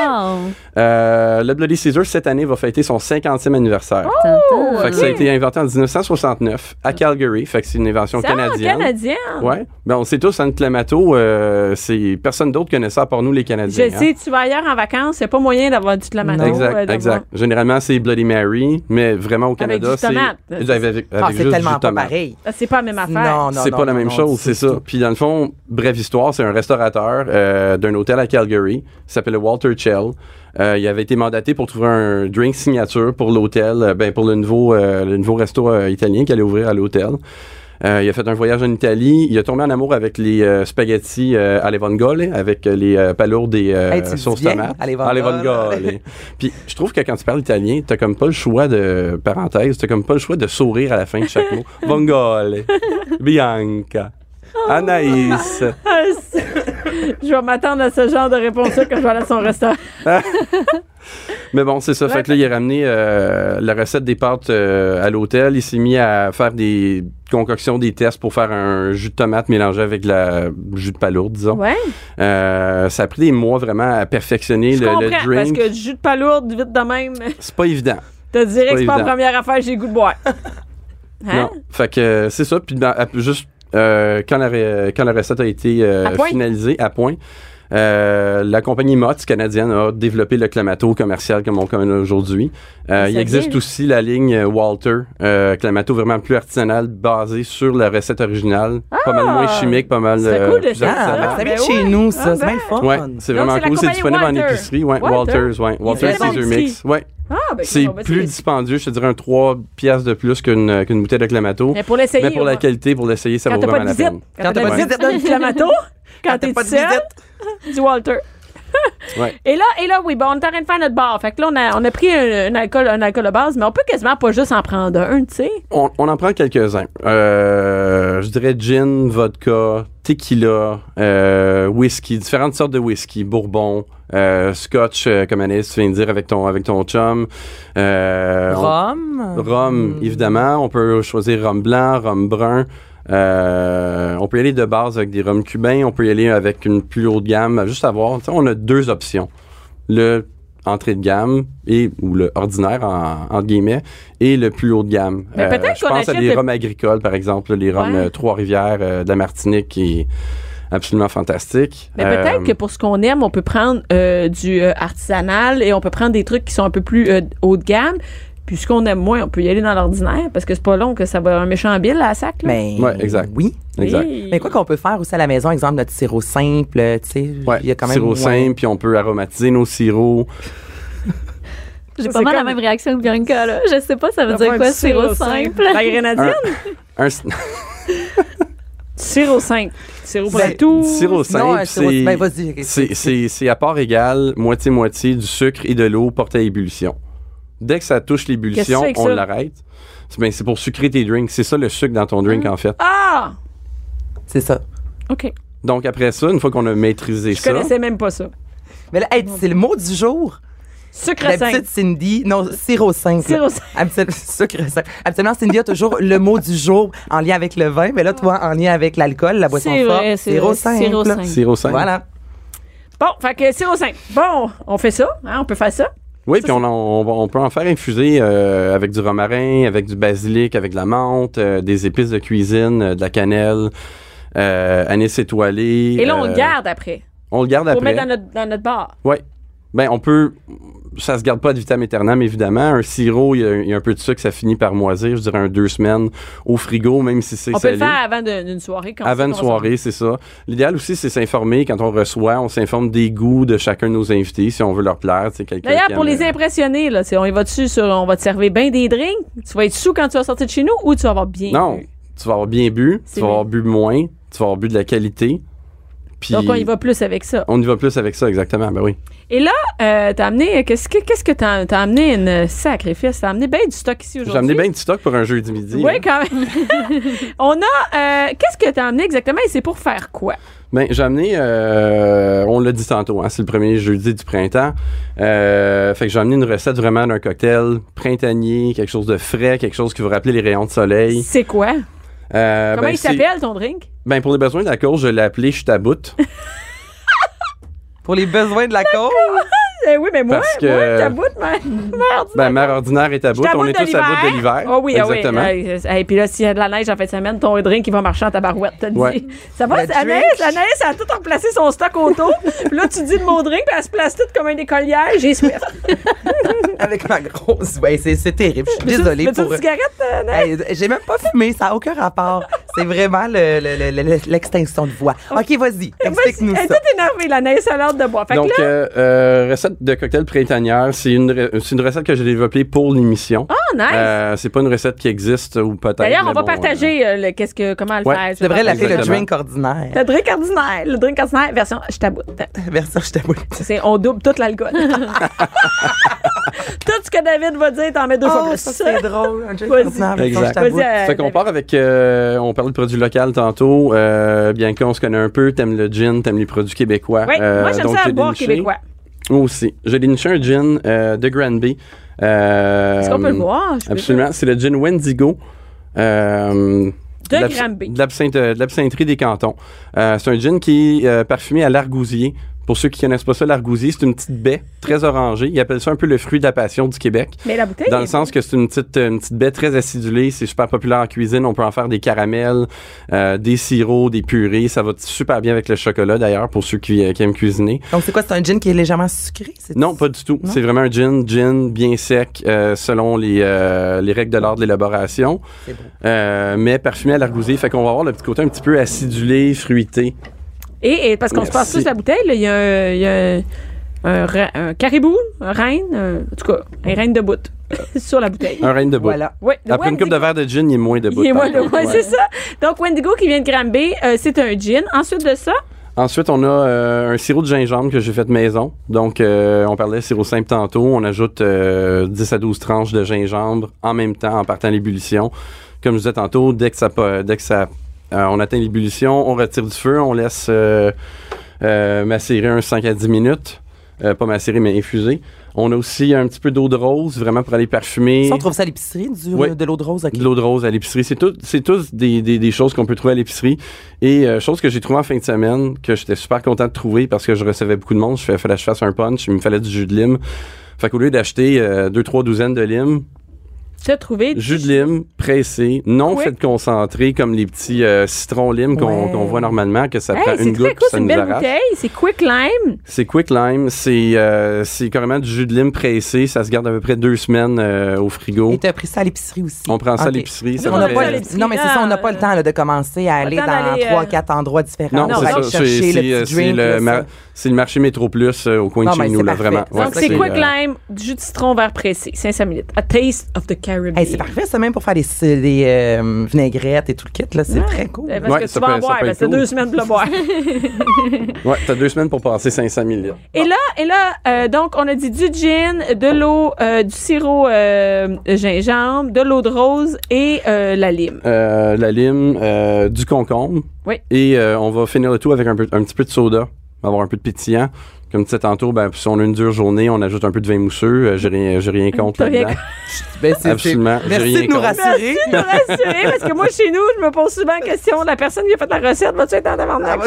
Le Bloody Caesar, cette année, va fêter son 50e anniversaire. Oh! Fait que ça a été inventé en 1969 à Calgary. Fait que c'est une invention canadienne. Ouais. Ben, on sait tous, hein, Clamato, c'est personne d'autre connaît ça à part nous, les Canadiens. Je sais, tu vas ailleurs en vacances, c'est pas moyen d'avoir du Clamato. Exact. Généralement, c'est Bloody Mary, mais vraiment au Canada, c'est avec c'est tellement pas pareil. C'est pas la même affaire. Non, c'est pas la même chose, c'est ça. Puis dans le fond, brève histoire, c'est un restaurateur d'un hôtel à Calgary, qui s'appelle le Walter Chell. Il avait été mandaté pour trouver un drink signature pour l'hôtel, pour le nouveau resto italien qu'il allait ouvrir à l'hôtel. Il a fait un voyage en Italie. Il a tombé en amour avec les spaghettis alle vongole, avec les palourdes et sauce tomate. Alle vongole. Puis je trouve que quand tu parles italien, t'as comme pas le choix de parenthèse, t'as comme pas le choix de sourire à la fin de chaque mot. Vongole, Bianca, Anaïs. Je vais m'attendre à ce genre de réponse-là quand je vais aller à son restaurant. Mais bon, c'est ça. Fait que là, il a ramené la recette des pâtes à l'hôtel. Il s'est mis à faire des concoctions, des tests pour faire un jus de tomate mélangé avec la jus de palourde, disons. Ouais. Ça a pris des mois vraiment à perfectionner le drink. Parce que du jus de palourde, vite de même. C'est pas évident. Te dirais que c'est pas la première affaire que j'ai le goût de boire. Hein? Non. Fait que c'est ça. Puis juste quand la recette a été finalisée à point, la compagnie Mott's canadienne a développé le Clamato commercial comme on connaît aujourd'hui. Il existe aussi la ligne Walter, Clamato vraiment plus artisanal, basé sur la recette originale. Pas mal moins chimique, pas mal plus artisanal. Ça vient de chez nous, ça. C'est bien fun. Ouais, c'est vraiment cool. C'est disponible en épicerie. Ouais, Walters, ouais. Walter Caesar Mix. Ouais. C'est plus dispendieux, je te dirais un 3 piastres de plus qu'une bouteille de Clamato. Mais pour l'essayer. Mais pour la qualité, pour l'essayer, ça vaut vraiment la peine. Quand t'as pas de visite, donne du Clamato. Quand t'es seul, du Walter. Ouais. Et là, oui, bon, on est en train de faire notre bar. Fait que là, on a pris un alcool de base, mais on peut quasiment pas juste en prendre un, tu sais. On en prend quelques-uns. Je dirais gin, vodka, tequila, whisky, différentes sortes de whisky, bourbon, scotch, comme Anaïs, tu viens de dire, avec ton chum. Rhum, évidemment. On peut choisir rhum blanc, rhum brun. On peut y aller de base avec des rhums cubains, on peut y aller avec une plus haute gamme. Juste à voir, on a deux options. Le entrée de gamme ou le ordinaire, entre guillemets, et le plus haut de gamme. Je pense à des rhums agricoles, par exemple, les rhums Trois-Rivières de la Martinique, qui est absolument fantastique. Mais peut-être que pour ce qu'on aime, on peut prendre du artisanal et on peut prendre des trucs qui sont un peu plus haut de gamme. Puis ce qu'on aime moins, on peut y aller dans l'ordinaire parce que c'est pas long que ça va avoir un méchant bill à la sac. Là. Mais exact. Oui. Exact. Mais quoi qu'on peut faire aussi à la maison, exemple notre sirop simple, tu sais, il y a quand même sirop simple, puis on peut aromatiser nos sirops. J'ai pas mal la même réaction que Bianca, là. Je sais pas, ça veut dire quoi, sirop simple? La grenadine? Sirop simple. Sirop pour tout. Sirop simple, vas-y. C'est à part égale, moitié-moitié du sucre et de l'eau portée à ébullition. Dès que ça touche l'ébullition, on l'arrête. C'est pour sucrer tes drinks. C'est ça le sucre dans ton drink, en fait. Ah! C'est ça. OK. Donc, après ça, une fois qu'on a maîtrisé ça... Je connaissais même pas ça. Mais là, c'est le mot du jour. Sucre simple. D'habitude, Cindy... Non, sirop simple. Sirop simple. Sucre simple. Absolument, Cindy a toujours le mot du jour en lien avec le vin, mais là, toi, en lien avec l'alcool, la boisson forte, sirop simple. Sirop simple. Voilà. Bon, fait que sirop simple. Bon, on fait ça. Hein, on peut faire ça. Oui, puis on peut en faire infuser avec du romarin, avec du basilic, avec de la menthe, des épices de cuisine, de la cannelle, anis étoilé. Et là, on le garde après. On le garde après. Pour mettre dans notre bar. Oui. Ben, on peut... Ça se garde pas ad vitam aeternam, évidemment. Un sirop, il y a un peu de sucre, ça finit par moisir, je dirais 2 semaines au frigo, même si c'est salé. On peut le faire avant d'une soirée. Avant une soirée, c'est ça. L'idéal aussi, c'est s'informer quand on reçoit. On s'informe des goûts de chacun de nos invités, si on veut leur plaire. D'ailleurs, pour les impressionner, là, on va te servir bien des drinks. Tu vas être sous quand tu vas sortir de chez nous ou tu vas avoir bien bu? Non, tu vas avoir bien bu, tu vas avoir bu moins, tu vas avoir bu de la qualité. Puis donc, on y va plus avec ça. On y va plus avec ça, exactement. Ben oui. Et là, t'as amené... Qu'est-ce que t'as amené une sacrifice? T'as amené bien du stock ici aujourd'hui. J'ai amené bien du stock pour un jeudi midi. Oui, quand même. On a... qu'est-ce que t'as amené exactement et c'est pour faire quoi? Ben, j'ai amené... on l'a dit tantôt, hein, c'est le premier jeudi du printemps. Fait que j'ai amené une recette vraiment d'un cocktail printanier, quelque chose de frais, quelque chose qui va rappeler les rayons de soleil. C'est quoi? Comment il s'appelle, ton drink? Ben, pour les besoins de la cause, je l'ai appelé « Je t'aboute ». Pour les besoins de la cause? Oui, mais moi, taboute, mère ordinaire et taboute. On est tous à bout de l'hiver. Oh oui, exactement. Et puis là, s'il y a de la neige en fin de semaine, ton drink, il va marcher en tabarouette, t'as dit. Ouais. Ça va, Anaïs a tout replacé son stock autour. Puis là, tu dis de mon drink, puis elle se place toute comme un écolière. J'ai Swift. Avec ma grosse... Ouais, c'est terrible. Je suis désolée pour... une cigarette, Anaïs? J'ai même pas fumé. Ça n'a aucun rapport. C'est vraiment l'extinction de voix. OK, vas-y. Explique-nous ça. Elle est toute énervée, l'Anaïs a l'air de boire. Fait donc, là, recette de cocktail printanière, c'est une recette que j'ai développée pour l'émission. Oh, nice! C'est pas une recette qui existe ou peut-être. D'ailleurs, on va partager comment le faire. Tu devrais l'appeler le drink ordinaire. Le drink ordinaire. Le drink ordinaire, version je t'aboute. Version je t'aboute. On double tout l'alcool. Tout ce que David va dire, t'en mets 2 fois plus. Ça, c'est drôle. Un drink ordinaire, version je t'aboute. Fait qu'on part avec... on parlait de produits locaux tantôt. Bianca, on se connaît un peu. T'aimes le gin, t'aimes les produits québécois. Oui, moi, j'aime ça à boire québécois. Moi aussi. J'ai déniché un gin de Granby. Est-ce qu'on peut le boire? Absolument. C'est le gin Wendigo. De Granby. De l'absintherie des Cantons. C'est un gin qui est parfumé à l'argousier. Pour ceux qui connaissent pas ça, l'argousier, c'est une petite baie très orangée. Ils appellent ça un peu le fruit de la passion du Québec. Mais la bouteille... Dans le sens que c'est une petite baie très acidulée. C'est super populaire en cuisine. On peut en faire des caramels, des sirops, des purées. Ça va super bien avec le chocolat, d'ailleurs, pour ceux qui aiment cuisiner. Donc, c'est quoi? C'est un gin qui est légèrement sucré? Non, pas du tout. Non? C'est vraiment un gin bien sec, selon les règles de l'art de l'élaboration. C'est beau. Mais parfumé à l'argousier. Fait qu'on va avoir le petit côté un petit peu acidulé, fruité. Et parce qu'on se passe tous la bouteille, il y a un caribou, un renne, en tout cas, un renne de bout sur la bouteille. Un renne de bout. Voilà. Ouais, après une coupe de verre de gin, il est moins de bout. Il est moins de bout, c'est ça. Donc, Wendigo qui vient de Granby, c'est un gin. Ensuite de ça... Ensuite, on a un sirop de gingembre que j'ai fait maison. Donc, on parlait de sirop simple tantôt. On ajoute 10 à 12 tranches de gingembre en même temps, en partant l'ébullition. Comme je disais tantôt, dès que on atteint l'ébullition, on retire du feu, on laisse macérer un 5 à 10 minutes. Pas macérer, mais infuser. On a aussi un petit peu d'eau de rose, vraiment pour aller parfumer. Ça, on trouve ça à l'épicerie, de l'eau de rose? Okay. De l'eau de rose à l'épicerie. C'est tous des choses qu'on peut trouver à l'épicerie. Et chose que j'ai trouvée en fin de semaine, que j'étais super content de trouver parce que je recevais beaucoup de monde. Fallait que je fasse un punch, il me fallait du jus de lime. Fait qu'au lieu d'acheter 2-3 douzaines de limes, T'as trouvé jus de lime pressé, non fait concentré comme les petits citrons lime qu'on voit normalement, que ça prend une goutte puis ça nous arrache. C'est une belle bouteille, c'est Quick Lime. C'est Quick Lime, c'est carrément du jus de lime pressé, ça se garde à peu près 2 semaines au frigo. Et tu as pris ça à l'épicerie aussi. On prend ça à l'épicerie. Non, mais c'est ça, on n'a pas le temps de commencer à aller dans 3-4 endroits différents. Non, c'est ça, c'est le marché Métro Plus au coin de chez nous, là, vraiment. Donc, c'est Quick Lime, du jus de citron vert pressé, 500 ml. A taste of the Caribbean. Hey, c'est parfait, ça, même pour faire des vinaigrettes et tout le kit. Là, c'est très cool. Parce que tu vas en boire, c'est 2 semaines pour le boire. Ouais, t'as 2 semaines pour passer 500 ml. Et là, donc, on a dit du gin, de l'eau, du sirop gingembre, de l'eau de rose et la lime. La lime, du concombre. Oui. Et on va finir le tout avec un petit peu de soda. On va avoir un peu de pétillant. Comme tu disais tantôt, si on a une dure journée, on ajoute un peu de vin mousseux. J'ai rien contre là-dedans. Absolument. Merci de nous rassurer. Merci de nous rassurer, parce que moi, chez nous, je me pose souvent la question, la personne qui a fait la recette, va-tu être en tabarnak?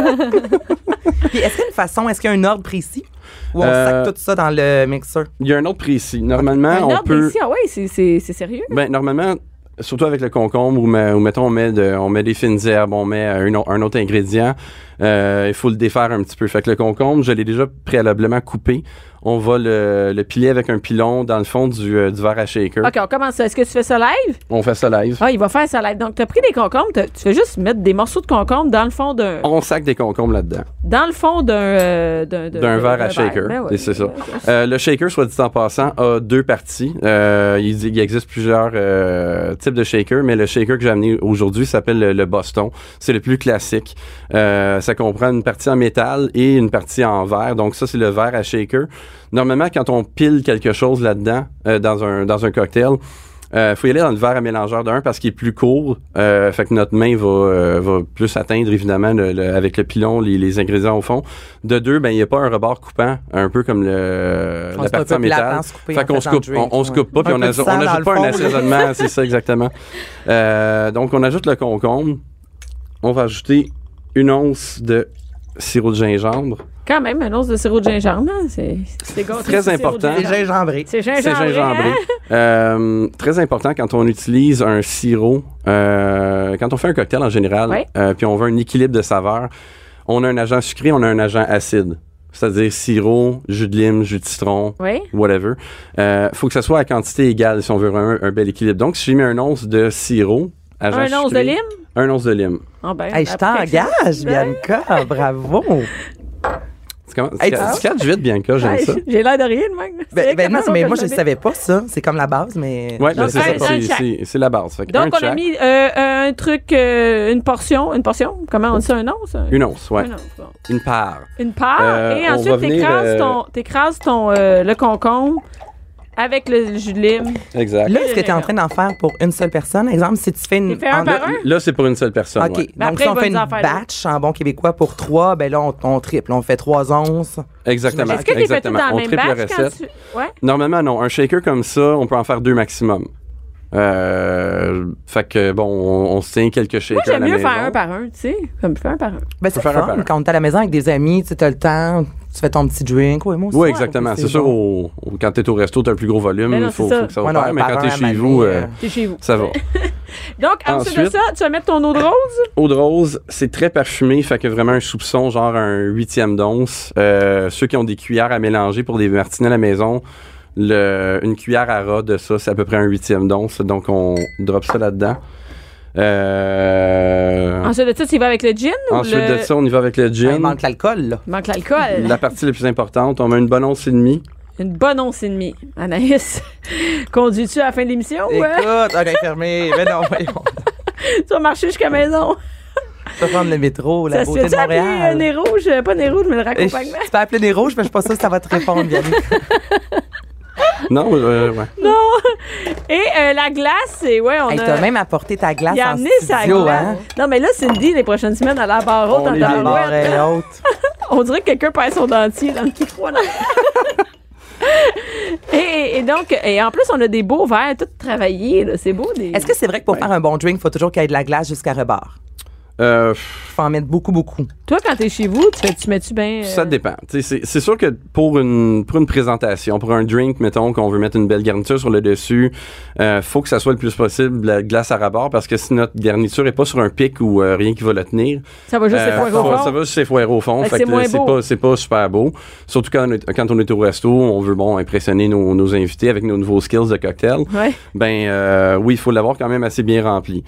Puis est-ce qu'il y a un ordre précis? Ou on sac tout ça dans le mixeur? Il y a un ordre précis. Normalement, un ordre précis? Ah oui, c'est sérieux? Normalement, surtout avec le concombre, où mettons, on met des fines herbes, on met un autre ingrédient, il faut le défaire un petit peu. Fait que le concombre, je l'ai déjà préalablement coupé. On va le piler avec un pilon dans le fond du verre à shaker. OK, on commence ça. Est-ce que tu fais ça live? On fait ça live. Ah, il va faire ça live. Donc, tu as pris des concombres, tu fais juste mettre des morceaux de concombre dans le fond d'un... On sac des concombres là-dedans. Dans le fond d'un verre à shaker. Ben oui, c'est ça. Le shaker, soit dit en passant, a 2 parties. Il existe plusieurs types de shakers, mais le shaker que j'ai amené aujourd'hui s'appelle le Boston. C'est le plus classique. Ça comprend une partie en métal et une partie en verre. Donc ça, c'est le verre à shaker. Normalement, quand on pile quelque chose là-dedans, dans un cocktail, faut y aller dans le verre à mélangeur d'un parce qu'il est plus court. Fait que notre main va plus atteindre, évidemment, avec le pilon, les ingrédients au fond. De 2, il n'y a pas un rebord coupant, un peu comme la partie en métal. Fait qu'on se coupe pas, puis on n'ajoute pas un assaisonnement. C'est ça, exactement. Donc, on ajoute le concombre. On va ajouter 1 once de sirop de gingembre. Quand même, 1 once de sirop de gingembre, hein? C'est très important. C'est gingembré. C'est gingembré. Hein? Très important quand on utilise un sirop, quand on fait un cocktail en général, puis on veut un équilibre de saveur, on a un agent sucré, on a un agent acide. C'est-à-dire sirop, jus de lime, jus de citron, whatever. Faut que ça soit à quantité égale si on veut un bel équilibre. Donc, si j'ai mis 1 once de sirop, agent sucré, 1 once de lime? 1 once de lime. Oh ben, je t'engage, Bianca. Bravo. Tu catches vite, Bianca, j'aime ça. J'ai l'air de rien, même. Non, mais moi, je ne savais pas ça. C'est comme la base, mais... Oui, c'est la base. Fait donc, on a mis un truc, une portion. Comment on dit ça, 1 once? 1 once, oui. Une part. Une part. Et ensuite, t'écrases le concombre avec le jus de lime. Exact. Là, est-ce que tu es en train d'en faire pour une seule personne? Exemple, si tu fais une... Tu fais un par un? Là, c'est pour une seule personne, OK. Donc, si on fait une batch en bon québécois pour 3, ben là, on triple. On fait 3 onces. Exactement. Est-ce que tu fais tout dans la même batch la recette. Normalement, non. Un shaker comme ça, on peut en faire 2 maximum. Fait que, bon, on se tient quelques shakers à la maison. Moi, j'aime mieux faire 1 par 1, tu sais. Comme faire 1 par 1. Ben, c'est fun. Quand on est à la maison avec des amis, tu as le temps... Tu fais ton petit drink. Oui, moi aussi. Oui, exactement. C'est sûr, quand tu es au resto, tu as un plus gros volume. Il faut que ça va faire. Mais quand tu es chez vous, ça va. Donc, ensuite de ça, tu vas mettre ton eau de rose? Eau de rose, c'est très parfumé. Fait que vraiment un soupçon, genre un 8e d'once. Ceux qui ont des cuillères à mélanger pour des martinets à la maison, une cuillère à ras de ça, c'est à peu près un 8e d'once. Donc, on drop ça là-dedans. Ensuite de ça, tu y vas avec le gin? Ensuite de ça, on y va avec le gin. Il manque l'alcool, là. Il manque l'alcool. La partie la plus importante, on met une bonne once et demie. Une bonne once et demie. Anaïs, conduis-tu à la fin de l'émission? Écoute, on est fermé. Mais non, voyons. Tu vas marcher jusqu'à la maison. Tu vas prendre le métro, la beauté de Montréal. Nez rouge, pas Nez rouge, mais le raccompagnement. Tu peux appeler Nez rouge, mais je suis pas sûre que ça va te répondre, Yannick. Non, ouais. Non. Et la glace, c'est on t'as même apporté ta glace en studio, sa glace. Hein? Non, mais là, Cindy, les prochaines semaines, elle a la barre haute. On dirait que quelqu'un perd son dentier dans le micro. Et donc, et en plus, on a des beaux verres, tout travaillés. Là. C'est beau. Est-ce que c'est vrai que pour faire un bon drink, il faut toujours qu'il y ait de la glace jusqu'à rebord? Faut en mettre beaucoup. Toi, quand t'es chez vous, tu mets-tu bien... Ça dépend. C'est sûr que pour une présentation, pour un drink, mettons, qu'on veut mettre une belle garniture sur le dessus, faut que ça soit le plus possible la glace à rabord, parce que si notre garniture est pas sur un pic ou rien qui va le tenir... Ça va juste s'effoirer au fond. Ça va juste s'effoirer au fond. Fait que c'est pas super beau. Surtout quand on est au resto, on veut impressionner nos invités avec nos nouveaux skills de cocktail. Ouais. Oui, il faut l'avoir quand même assez bien rempli.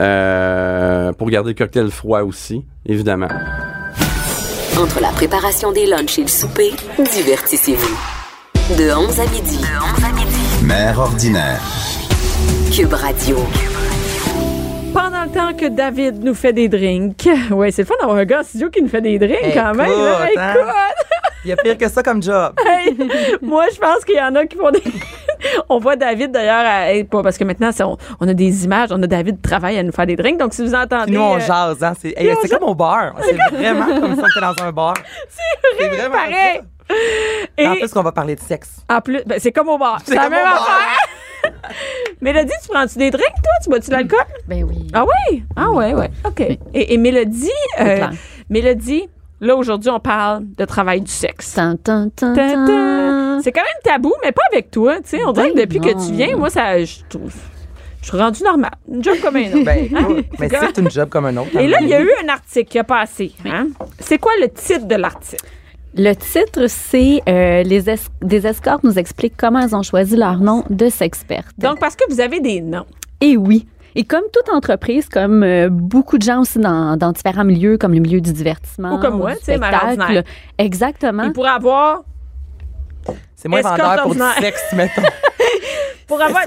Pour garder le cocktail froid aussi, évidemment. Entre la préparation des lunchs et le souper, divertissez-vous. De 11 à midi. Mère ordinaire. Cube Radio. Pendant le temps que David nous fait des drinks. Ouais, c'est le fun d'avoir un gars en studio qui nous fait des drinks quand même. Là. Écoute! Il y a pire que ça comme job. Hey, moi, je pense qu'il y en a qui font des... On voit David, d'ailleurs, parce que maintenant, on a des images, on a David travaille à nous faire des drinks. Donc, si vous entendez... Nous, on jase. Hein? C'est comme au bar. C'est vraiment comme si on était dans un bar. C'est vraiment pareil. Et en plus, qu'on va parler de sexe. En plus, c'est comme au bar. C'est la même affaire. Mélodie, tu prends-tu des drinks, toi? Tu bois-tu de l'alcool? Ben oui. Ah oui? Ah ouais. OK. Et Mélodie... Mélodie... Là, aujourd'hui, on parle de travail du sexe. C'est quand même tabou, mais pas avec toi. Tu sais, on dirait que depuis que tu viens, moi, je suis rendue normale. Une job comme un autre. Mais c'est une job comme un autre. Et là, il y a eu un article qui a passé. Hein? C'est quoi le titre de l'article? Le titre, c'est des escortes nous expliquent comment elles ont choisi leur nom de sexperte. Donc, parce que vous avez des noms. Et oui. Et comme toute entreprise, comme beaucoup de gens aussi dans différents milieux, comme le milieu du divertissement. Ou comme moi, tu sais, Mère ordinaire. Exactement. Il pourrait avoir... C'est moins vendeur pour du sexe, mettons. Pour avoir...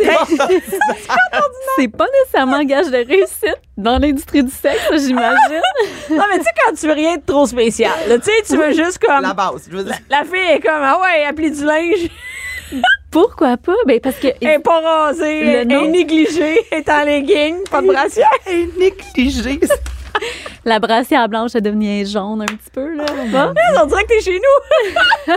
C'est pas nécessairement un gage de réussite dans l'industrie du sexe, j'imagine. Non, mais tu sais, quand tu veux rien de trop spécial, tu sais, tu veux juste comme... La base, je veux dire. La fille est comme, ah ouais, appeler du linge... Pourquoi pas? Ben parce que... Elle n'est pas rasée, elle est négligée, elle est en legging, pas de brassière. Elle est négligée. La brassière blanche est devenue jaune un petit peu, là. On dirait que t'es chez nous.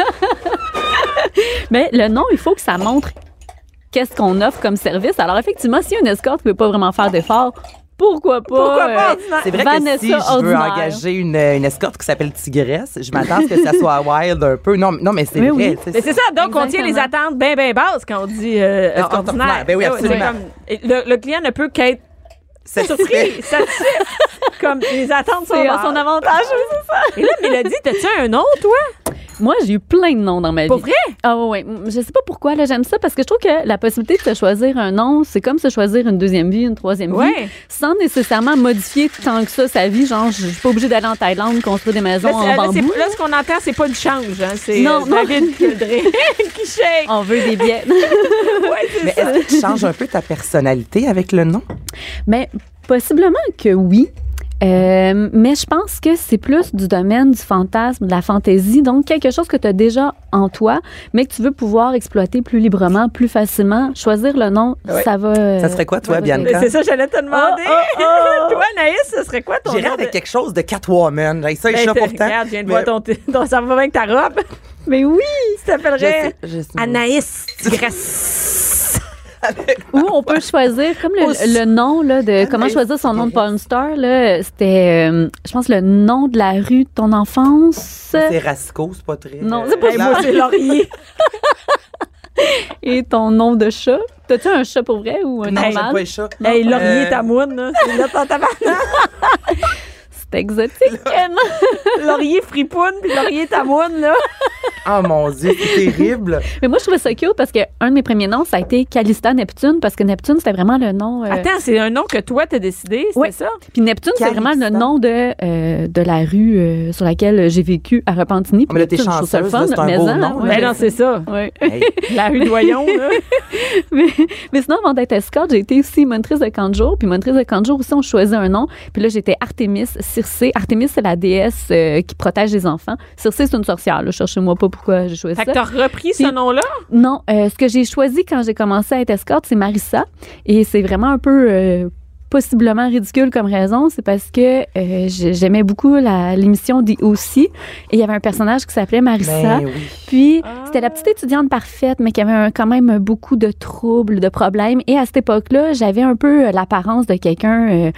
Mais le nom, il faut que ça montre qu'est-ce qu'on offre comme service. Alors, effectivement, si une escorte ne peut pas vraiment faire d'efforts, pourquoi pas? C'est vrai que si je veux engager une escorte qui s'appelle Tigresse, je m'attends à ce que ça soit wild un peu. Non, mais c'est vrai. Oui. Mais c'est ça. Donc, on tient les attentes bien basses quand on dit ordinaire. Ben oui, absolument. Le client ne peut qu'être surpris, satisfait. Comme les attentes sont à son avantage, c'est ça. Et là, Mélodie, t'as-tu un nom, toi? Moi, j'ai eu plein de noms dans ma vie. Pour vrai? Ah oui. Je sais pas pourquoi, là, j'aime ça, parce que je trouve que la possibilité de se choisir un nom, c'est comme se choisir une deuxième vie, une troisième vie, sans nécessairement modifier tant que ça sa vie. Genre, je suis pas obligée d'aller en Thaïlande, construire des maisons en bambou. Là, ce qu'on entend, c'est pas du change. Hein? C'est David qui shake. On veut des billets. Mais est-ce que tu changes un peu ta personnalité avec le nom? Mais possiblement que oui. Mais je pense que c'est plus du domaine du fantasme, de la fantaisie, donc quelque chose que tu as déjà en toi, mais que tu veux pouvoir exploiter plus librement, plus facilement. Choisir le nom, ça va... Ça serait quoi, toi, Bianca? C'est ça, j'allais te demander. Toi, Anaïs, ce serait quoi ton nom? J'irais avec quelque chose de Catwoman. Ça, je suis là pourtant. Regarde, je viens de voir ton... Ça va bien avec ta robe. Mais oui! Tu t'appellerais je sais. Anaïs Tigresse. Ou on peut choisir, comme le nom là, de comment choisir son nom de porn star, là, c'était, je pense, le nom de la rue de ton enfance. C'est Rasco, c'est pas très... Non, c'est pas ça. Moi, c'est Laurier. Et ton nom de chat. T'as-tu un chat pour vrai ou un normal? Non, j'aime pas les chats. Hey, Laurier Tamoun, là. C'est là ton tabarnak. C'est exotique. Laurier Fripoune puis Laurier Tamoun, là. Oh mon Dieu, c'est terrible. Mais moi, je trouvais ça cute parce qu'un de mes premiers noms, ça a été Calista Neptune, parce que Neptune, c'était vraiment le nom... Attends, c'est un nom que toi, t'as décidé, c'était ça? Puis Neptune, c'est vraiment le nom de la rue sur laquelle j'ai vécu à Repentigny. Mais là, t'es chanceuse, c'est un beau nom. Ben non, c'est ça. Ouais. Hey. La rue Doyon, là. mais sinon, avant d'être escorte, j'ai été aussi monitrice de camp de jour. Puis monitrice de camp de jour aussi, on choisit un nom. Puis là, j'étais Artémis Circé. Artémis, c'est la déesse qui protège les enfants. Circé, c'est une sorcière. Là. Cherchez-moi pas pourquoi j'ai choisi ça. Fait que t'as repris ce nom-là? Non. Ce que j'ai choisi quand j'ai commencé à être escorte, c'est Marissa. Et c'est vraiment un peu... possiblement ridicule comme raison, c'est parce que j'aimais beaucoup l'émission des aussi et il y avait un personnage qui s'appelait Marissa. Ben oui. Puis c'était la petite étudiante parfaite, mais qui avait quand même beaucoup de troubles, de problèmes. Et à cette époque-là, j'avais un peu l'apparence de quelqu'un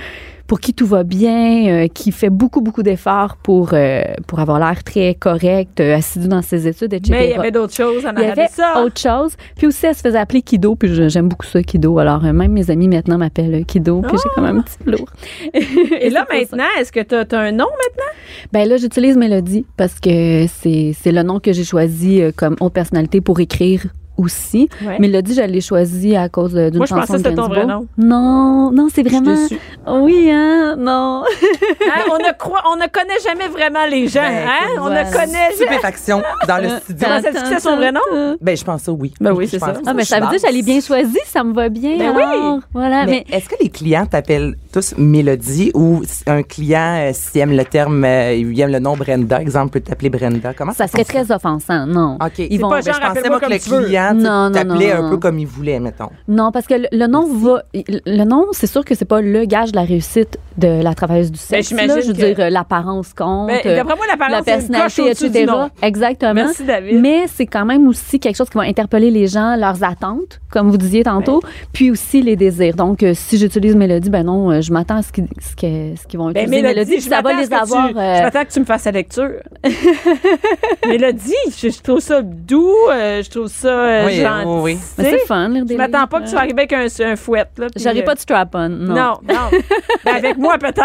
pour qui tout va bien, qui fait beaucoup, beaucoup d'efforts pour avoir l'air très correct, assidu dans ses études, etc. Mais il y avait d'autres choses en arrière de ça. Autre chose. Puis aussi, elle se faisait appeler Kido, puis j'aime beaucoup ça, Kido. Alors, même mes amis maintenant m'appellent Kido, puis j'ai comme un petit peu lourd. Et là, maintenant, est-ce que tu as un nom maintenant? Ben là, j'utilise Mélodie parce que c'est le nom que j'ai choisi comme autre personnalité pour écrire aussi. Ouais. Mélodie, je l'ai choisi à cause d'une chanson de Gainsbourg. Moi, je pensais que c'était ton vrai nom. Non, c'est vraiment... Oui, hein? Non. On ne connaît jamais vraiment les gens, hein? On ne connaît... Stupéfaction dans le studio. Ça dit que c'est son vrai nom? Ben, je pense ça, oui. Ben oui, c'est ça. Ah, mais ça veut dire que je l'ai bien choisi, ça me va bien. Ben oui! Voilà, mais est-ce que les clients t'appellent tous Mélodie ou un client, s'il aime le terme, il aime le nom Brenda, exemple, peut t'appeler Brenda? Comment ça serait très offensant, non. OK. Ils vont... Je pensais moi que le client t'appelait un peu comme il voulait, mettons. Non, parce que le nom va... Le nom, c'est sûr que c'est pas le gage de la réussite de la travailleuse du sexe. Ben, je veux dire, l'apparence compte. D'après moi, l'apparence, la personnalité, etc. Exactement. Merci, David. Mais c'est quand même aussi quelque chose qui va interpeller les gens, leurs attentes, comme vous disiez tantôt, puis aussi les désirs. Donc, si j'utilise Mélodie, ben non, je m'attends à ce qu'ils vont utiliser Mélodie, puis ça va les avoir... Je m'attends que tu me fasses la lecture. Mélodie, je trouve ça doux, je trouve ça gentil. Oui. Mais c'est fun, lire des livres. Je m'attends pas que tu vas arriver avec un fouet. J'aurais pas de strap-on, non. Non. Ben, avec moi, peut-être.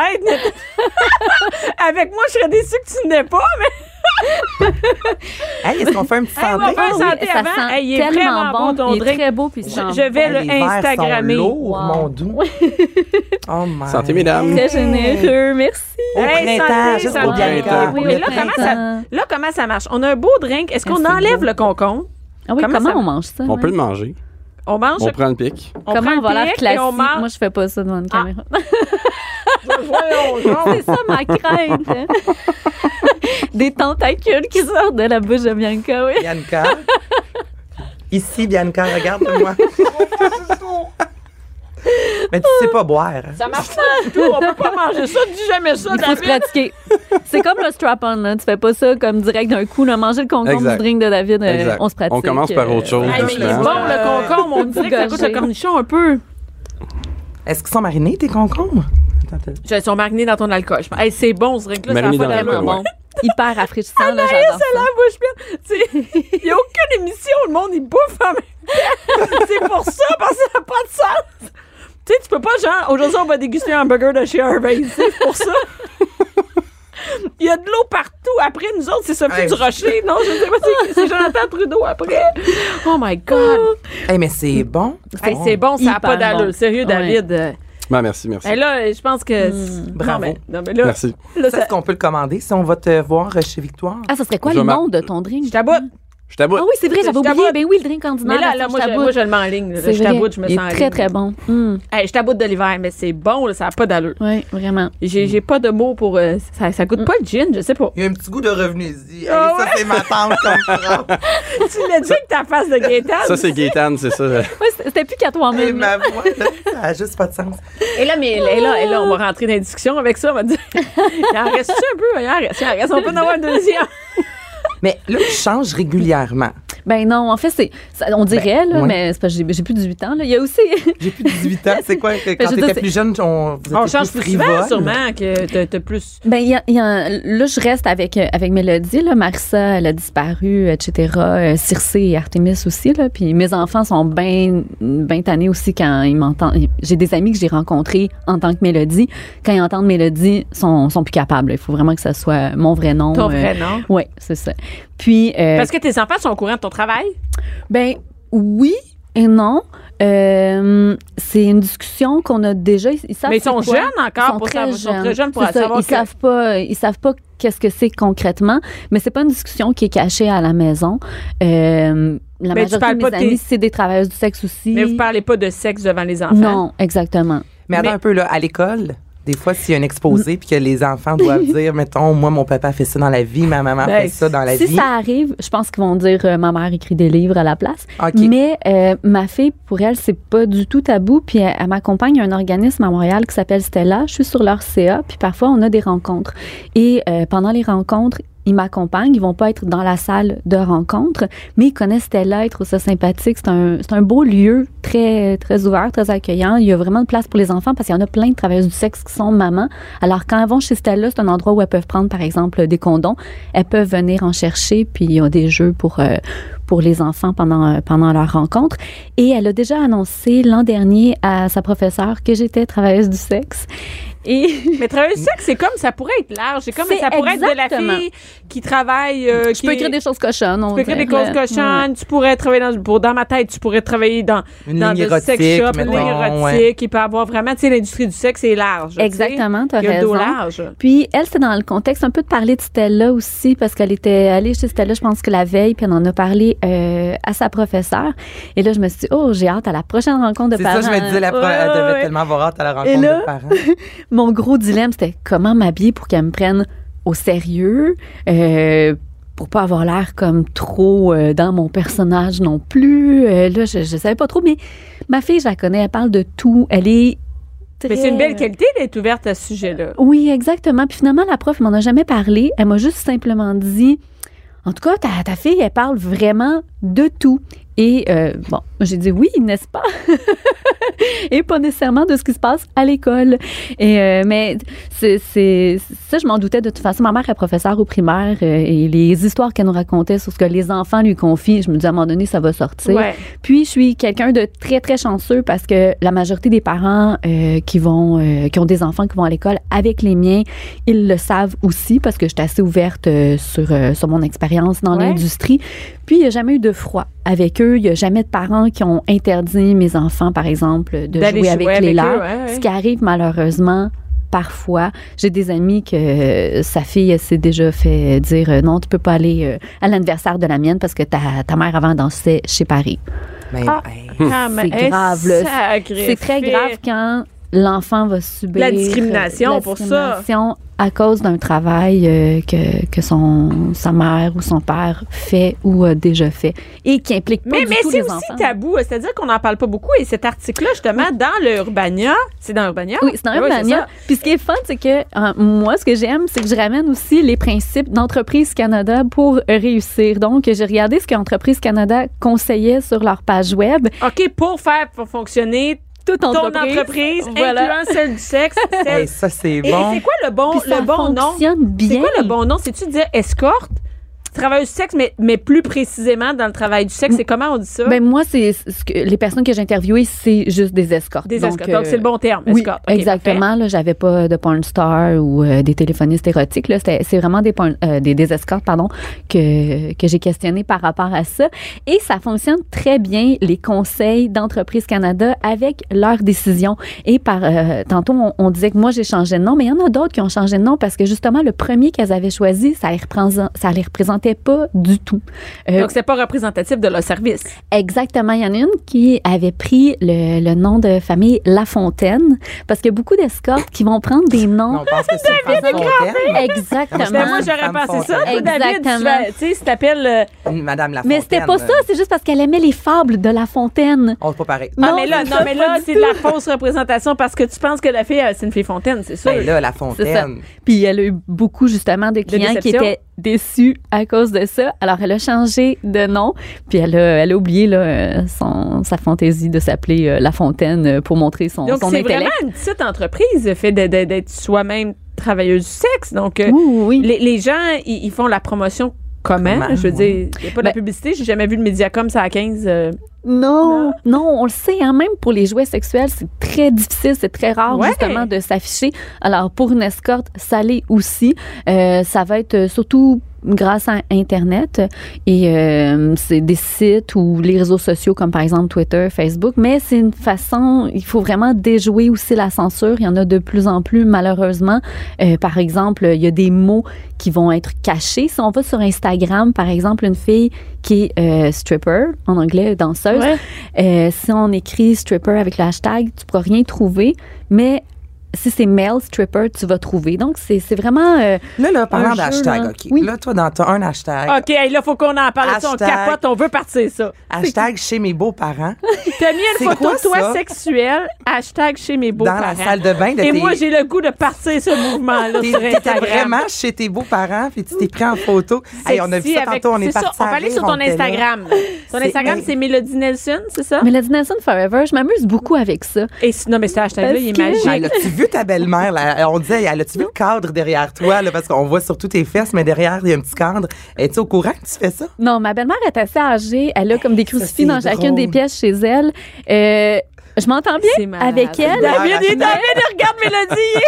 Avec moi, je serais déçue que tu n'aies pas, mais... Hey, est-ce qu'on fait un petit santé? On va faire un santé avant. Ça sent il est vraiment bon, ton drink. Il est très beau. Puis je vais le Instagrammer. Mon doux. Oh my. Santé, mesdames. Très généreux, merci. Au printemps, juste au printemps. Oui, mais là, comment ça marche? On a un beau drink. Est-ce qu'on enlève le concombre? Ah oui, comment on mange ça? On peut le manger. On mange? On prend le pic. Comment on va l'air classique? Moi, je fais pas ça devant une caméra. C'est ça ma crainte. Des tentacules qui sortent de la bouche de Bianca, oui. Bianca. Ici, Bianca, regarde-moi. Mais tu sais pas boire. Ça marche pas du tout. On peut pas manger ça. Dis jamais ça, David. Il faut se pratiquer. C'est comme le strap-on. Là. Tu fais pas ça comme direct d'un coup. Là. Manger le concombre du drink de David, on se pratique. On commence par autre chose. Mais il est bon, le concombre. On dirait que ça goûte le cornichon un peu. Est-ce qu'ils sont marinés, tes concombres? Ils sont marinés dans ton alcool. Hey, c'est bon, ce drink-là. Mariné ça dans vraiment bon. Hyper rafraîchissant. Anaïs, elle a la bouche pleine. Il n'y a aucune émission. Le monde, il bouffe en même temps. C'est pour ça, parce que ça n'a pas de sens. Tu sais, tu peux pas, genre, aujourd'hui, on va déguster un burger de chez Harvey. C'est pour ça. Il y a de l'eau partout. Après, nous autres, c'est Sophie du Rocher. Non, je ne sais pas, c'est Jonathan Trudeau après. Oh my God. Hey, mais c'est bon. Hey, c'est bon, ça n'a pas d'allure. Bon. Sérieux, David. Ouais. Merci. Et là, je pense que... Bravo. Non, mais là, merci. Là, est-ce qu'on peut le commander si on va te voir chez Victoire? Ah, ça serait quoi le nom de ton drink? Je t'aboute. Je t'aboute. Ah oui, c'est vrai, j'avais oublié. Ben oui, le drink ordinaire. Mais là, moi, je le mets en ligne. Je t'aboute, je me sens en ligne. Il est très, très bon. Hey, je t'aboute de l'hiver, mais c'est bon, là, ça n'a pas d'allure. Oui, vraiment. J'ai pas de mots pour... ça goûte pas le gin, je sais pas. Il y a un petit goût de revenu-y. Ça, c'est ma tante comme ça. Tu l'as dit avec ta face de Gaétane. Ça, c'est Gaétane, c'est ça. Oui, c'était plus qu'à toi-même. Ma voix, ça n'a juste pas de sens. Et là, on va rentrer dans la discussion avec ça. On va dire, il en reste-tu un peu? Il en reste, on peut en avoir un deuxième. Mais là, tu changes régulièrement. Ben non, en fait, on dirait, mais c'est parce que j'ai plus de 18 ans. Là. Il y a aussi... J'ai plus de 18 ans. C'est quoi? Quand t'étais plus jeune, on change plus frivole. Sûrement que t'as plus... Ben, là, je reste avec Mélodie. Là. Marissa, elle a disparu, etc. Circé et Artemis aussi. Là. Puis mes enfants sont bien tannés aussi quand ils m'entendent. J'ai des amis que j'ai rencontrés en tant que Mélodie. Quand ils entendent Mélodie, sont plus capables. Il faut vraiment que ça soit mon vrai nom. Ton vrai nom? Oui, c'est ça. Puis... Parce que tes enfants sont au courant de ton travail? Ben oui et non. C'est une discussion qu'on a déjà. Ils savent. Mais ils sont jeunes encore. Ils sont très jeunes pour savoir. Ils savent pas qu'est-ce que c'est concrètement. Mais c'est pas une discussion qui est cachée à la maison. La majorité de mes amis, c'est des travailleuses du sexe aussi. Mais vous parlez pas de sexe devant les enfants? Non, exactement. Mais attends un peu là, à l'école. Des fois, s'il y a un exposé puis que les enfants doivent dire, mettons, moi, mon papa fait ça dans la vie, ma maman fait ça dans la vie. Si ça arrive, je pense qu'ils vont dire, ma mère écrit des livres à la place. Okay. Mais ma fille, pour elle, c'est pas du tout tabou. Puis elle m'accompagne à un organisme à Montréal qui s'appelle Stella. Je suis sur leur CA. Puis parfois, on a des rencontres. Et pendant les rencontres, ils m'accompagnent, ils vont pas être dans la salle de rencontre, mais ils connaissent Stella, ils trouvent ça sympathique. C'est un beau lieu, très, très ouvert, très accueillant. Il y a vraiment de place pour les enfants parce qu'il y en a plein de travailleuses du sexe qui sont mamans. Alors, quand elles vont chez Stella, c'est un endroit où elles peuvent prendre, par exemple, des condoms. Elles peuvent venir en chercher, puis il y a des jeux pour les enfants pendant leur rencontre. Et elle a déjà annoncé l'an dernier à sa professeure que j'étais travailleuse du sexe. Mais travailleuse du sexe, c'est comme, ça pourrait être large. Ça pourrait être de la fille qui travaille... tu peux écrire des choses cochonnes. Tu peux écrire des choses cochonnes. Ouais. Tu pourrais travailler dans ma tête, tu pourrais travailler dans le sex shop, une ligne érotique. Il peut avoir vraiment, tu sais, l'industrie du sexe est large. Exactement, tu as raison. Il y a le dos large. Puis, elle, c'était dans le contexte un peu de parler de Stella aussi, parce qu'elle était allée chez Stella, je pense que la veille, puis elle en a parlé à sa professeure. Et là, je me suis dit, j'ai hâte à la prochaine rencontre de parents. C'est ça, je me disais, elle devait tellement avoir hâte à la rencontre de parents. Mon gros dilemme, c'était comment m'habiller pour qu'elle me prenne au sérieux, pour pas avoir l'air comme trop dans mon personnage non plus. Là, je savais pas trop, mais ma fille, je la connais, elle parle de tout. Elle est Mais c'est une belle qualité d'être ouverte à ce sujet-là. Oui, exactement. Puis finalement, la prof m'en a jamais parlé. Elle m'a juste simplement dit, en tout cas, ta fille, elle parle vraiment de tout. Et j'ai dit oui, n'est-ce pas? Et pas nécessairement de ce qui se passe à l'école. Mais c'est ça, je m'en doutais de toute façon. Ma mère est professeure au primaire et les histoires qu'elle nous racontait sur ce que les enfants lui confient, je me dis à un moment donné, ça va sortir. Ouais. Puis, je suis quelqu'un de très, très chanceux parce que la majorité des parents qui ont des enfants qui vont à l'école avec les miens, ils le savent aussi parce que j'étais assez ouverte sur mon expérience dans l'industrie. Puis, il n'y a jamais eu de froid avec eux. Il n'y a jamais de parents qui ont interdit mes enfants, par exemple, de jouer avec les leurs. Ce qui arrive malheureusement parfois. J'ai des amis que sa fille s'est déjà fait dire non, tu peux pas aller à l'anniversaire de la mienne parce que ta mère avant dansait chez Paris. C'est grave. C'est très grave quand l'enfant va subir la discrimination pour ça. À cause d'un travail que sa mère ou son père fait ou a déjà fait et qui implique pas du tout les enfants. Mais c'est aussi tabou, c'est-à-dire qu'on n'en parle pas beaucoup et cet article-là, justement, dans le Urbania, c'est dans Urbania? Oui, c'est dans Urbania. Puis ce qui est fun, c'est que moi, ce que j'aime, c'est que je ramène aussi les principes d'Entreprise Canada pour réussir. Donc, j'ai regardé ce qu'Entreprise Canada conseillait sur leur page web. OK, pour fonctionner ton entreprise, incluant celle du sexe. Ça, c'est bon. Et c'est quoi le bon nom? Bien. C'est quoi le bon nom? C'est-tu dire escorte? Travailleuse du sexe, mais plus précisément dans le travail du sexe, c'est comment on dit ça? Ben moi, c'est ce que les personnes que j'ai interviewées, c'est juste des escortes. Des escortes. Donc, c'est le bon terme, oui, escorte. Okay, exactement. Là, j'avais pas de porn star ou des téléphonistes érotiques. Là, c'est vraiment des escortes, que j'ai questionné par rapport à ça. Et ça fonctionne très bien, les conseils d'Entreprise Canada avec leurs décisions. Et tantôt, on disait que moi, j'ai changé de nom, mais il y en a d'autres qui ont changé de nom parce que justement, le premier qu'elles avaient choisi, ça les représentait pas du tout. Donc, c'est pas représentatif de leur service. Exactement. Il y en a une qui avait pris le nom de famille Lafontaine parce qu'il y a beaucoup d'escortes qui vont prendre des noms. On pense que c'est David Fontaine. Exactement. Mais moi, j'aurais pensé ça. Exactement. David, tu sais, si t'appelles... Madame Lafontaine. Mais c'était pas ça. C'est juste parce qu'elle aimait les fables de La Fontaine. On c'est pas pareil. Mais là, c'est de la fausse représentation parce que tu penses que la fille, c'est une fille Fontaine, c'est ça. Ben là, La Fontaine. Puis elle a eu beaucoup, justement, de clients qui étaient déçus à cause de ça. Alors, elle a changé de nom, puis elle a oublié là, sa fantaisie de s'appeler La Fontaine pour montrer son intellect. Donc, c'est vraiment une petite entreprise, le fait d'être soi-même travailleuse du sexe. Donc, oui. Les gens, ils font la promotion comment? Je veux dire, il n'y a pas de la publicité. J'ai jamais vu le Mediacom, ça à 15... Non, on le sait, hein, même pour les jouets sexuels, c'est très difficile, c'est très rare justement de s'afficher. Alors pour une escorte, ça l'est aussi. Ça va être surtout grâce à Internet et c'est des sites ou les réseaux sociaux comme par exemple Twitter, Facebook, mais c'est une façon, il faut vraiment déjouer aussi la censure. Il y en a de plus en plus malheureusement. Par exemple, il y a des mots qui vont être cachés. Si on va sur Instagram, par exemple, une fille qui est stripper, en anglais, danseuse, si on écrit stripper avec le hashtag, tu pourras rien trouver, mais si c'est male stripper, tu vas trouver. Donc, c'est vraiment. Là, parlant d'hashtag, OK. Oui. Là, toi, t'as un hashtag. OK, là, il faut qu'on en parle. On capote, on veut partir ça. Hashtag chez mes beaux-parents. T'as mis une photo de toi sexuelle, hashtag chez mes beaux-parents. Dans la salle de bain. Et moi, j'ai le goût de partir ce mouvement-là sur Instagram. T'étais vraiment chez tes beaux-parents, puis tu t'es pris en photo. Hey, on a vu ça tantôt, on est parti. On va aller sur ton Instagram. Ton Instagram, c'est Mélodie Nelson, c'est ça? Mélodie Nelson Forever. Je m'amuse beaucoup avec ça. Non, mais ce hashtag-là, il est magique. As-tu vu ta belle-mère? Là? On disait, as-tu vu le cadre derrière toi? Là, parce qu'on voit surtout tes fesses, mais derrière, il y a un petit cadre. Es-tu au courant que tu fais ça? Non, ma belle-mère est assez âgée. Elle a comme des crucifix dans chacune des pièces chez elle. Je m'entends bien avec elle. David, il regarde Mélodie.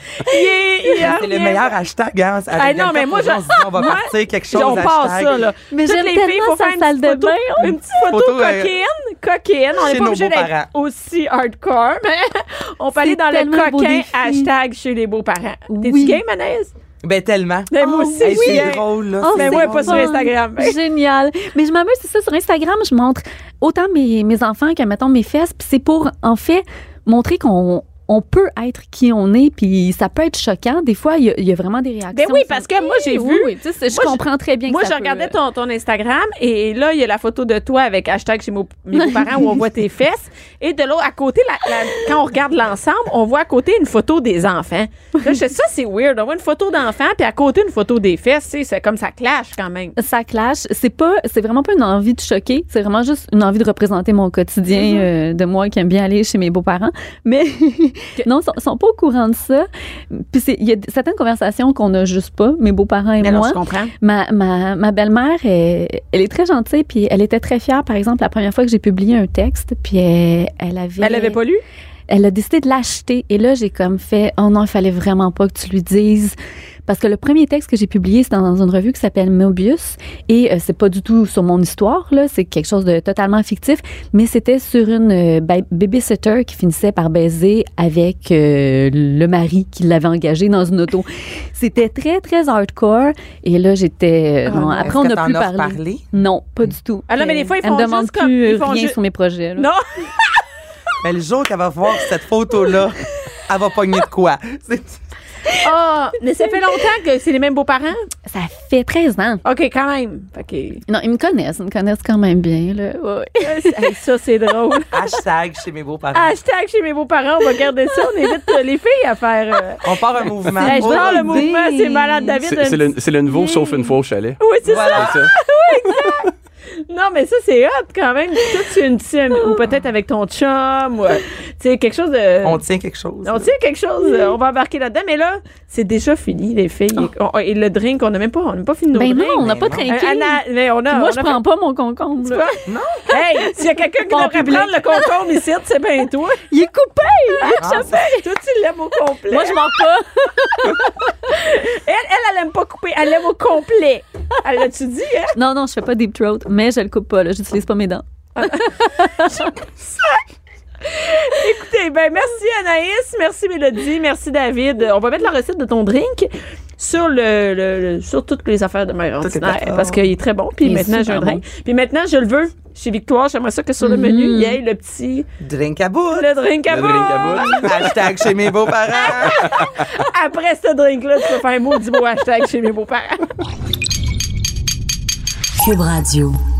C'est le meilleur hashtag. Hein, non, mais moi, on va partir quelque chose. On passe ça, là. Mais j'aime tellement sa salle de bain. Une petite photo coquine. On n'est pas obligé d'être aussi hardcore, mais on peut aller dans le coquin hashtag chez les beaux-parents. T'es-tu game, Anaïs? Ben tellement. Ben moi aussi, c'est drôle là. Mais moi pas sur Instagram. Génial. Mais je m'amuse, c'est ça, sur Instagram, je montre autant mes enfants que mettons mes fesses, puis c'est pour en fait montrer qu'on peut être qui on est, puis ça peut être choquant. Des fois, il y a vraiment des réactions. Ben oui, parce que moi, j'ai vu. Oui, je comprends très bien que moi, je regardais ton Instagram et là, il y a la photo de toi avec hashtag chez mes beaux-parents où on voit tes fesses. Et de l'autre, à côté, quand on regarde l'ensemble, on voit à côté une photo des enfants. Là, ça, c'est weird. On voit une photo d'enfant, puis à côté, une photo des fesses. C'est comme ça clash quand même. Ça clash. C'est vraiment pas une envie de choquer. C'est vraiment juste une envie de représenter mon quotidien de moi qui aime bien aller chez mes beaux-parents. Mais non, ils sont pas au courant de ça. Puis il y a certaines conversations qu'on n'a juste pas, mes beaux-parents et moi. Alors, je comprends. Ma belle-mère, elle est très gentille, puis elle était très fière, par exemple, la première fois que j'ai publié un texte, puis elle avait pas lu? Elle a décidé de l'acheter. Et là, j'ai comme fait, oh non, il fallait vraiment pas que tu lui dises. Parce que le premier texte que j'ai publié, c'est dans une revue qui s'appelle Mobius. Et c'est pas du tout sur mon histoire, là. C'est quelque chose de totalement fictif. Mais c'était sur une babysitter qui finissait par baiser avec le mari qui l'avait engagé dans une auto. C'était très, très hardcore. Et là, j'étais... non, après, on n'a plus parlé. Non, pas du tout. Alors, mais des fois, ils font juste comme... Elle me demande plus rien sur mes projets. Là. Non! Mais le jour qu'elle va voir cette photo-là, elle va pogner de quoi? Mais ça fait longtemps que c'est les mêmes beaux-parents? Ça fait 13 ans. OK, quand même. Okay. Non, ils me connaissent quand même bien. Là. Ouais. Ça, c'est drôle. Hashtag chez mes beaux-parents. Hashtag chez mes beaux-parents, on va garder ça. On évite les filles à faire... On part un mouvement. Je pars le mouvement, c'est malade, David. C'est le nouveau sauf une fois au chalet. Oui, c'est ça. Oui, exact. Non, mais ça, c'est hot quand même. Toi, tu ou peut-être avec ton chum, ou, tu sais, quelque chose de... On tient quelque chose. On va embarquer là-dedans. Mais là, c'est déjà fini, les filles. Et le drink, on n'a pas fini nos drinks. Non, on n'a pas trinqué. Moi, je prends pas mon concombre. Non. Hey, s'il y a quelqu'un qui devrait prendre le concombre ici, c'est bien toi. Il est coupé. Toi, tu l'aimes au complet. Moi, je m'en pas. Elle aime pas couper. Elle l'aime au complet. Elle l'a-tu dit, hein? Non, je fais pas deep throat, mais je le coupe pas, là. J'utilise pas mes dents. Écoutez, merci Anaïs, merci Mélodie, merci David. On va mettre la recette de ton drink sur sur toutes les affaires de Mère Ordinaire parce qu'il est très bon. Puis maintenant, j'ai un drink. Puis maintenant, je le veux. Chez Victoire, j'aimerais ça que sur le menu, il y ait le petit... Drink à bout. Le drink à bout. Hashtag chez mes beaux-parents. Après ce drink-là, tu peux faire un maudit beau hashtag chez mes beaux-parents. Cube Radio.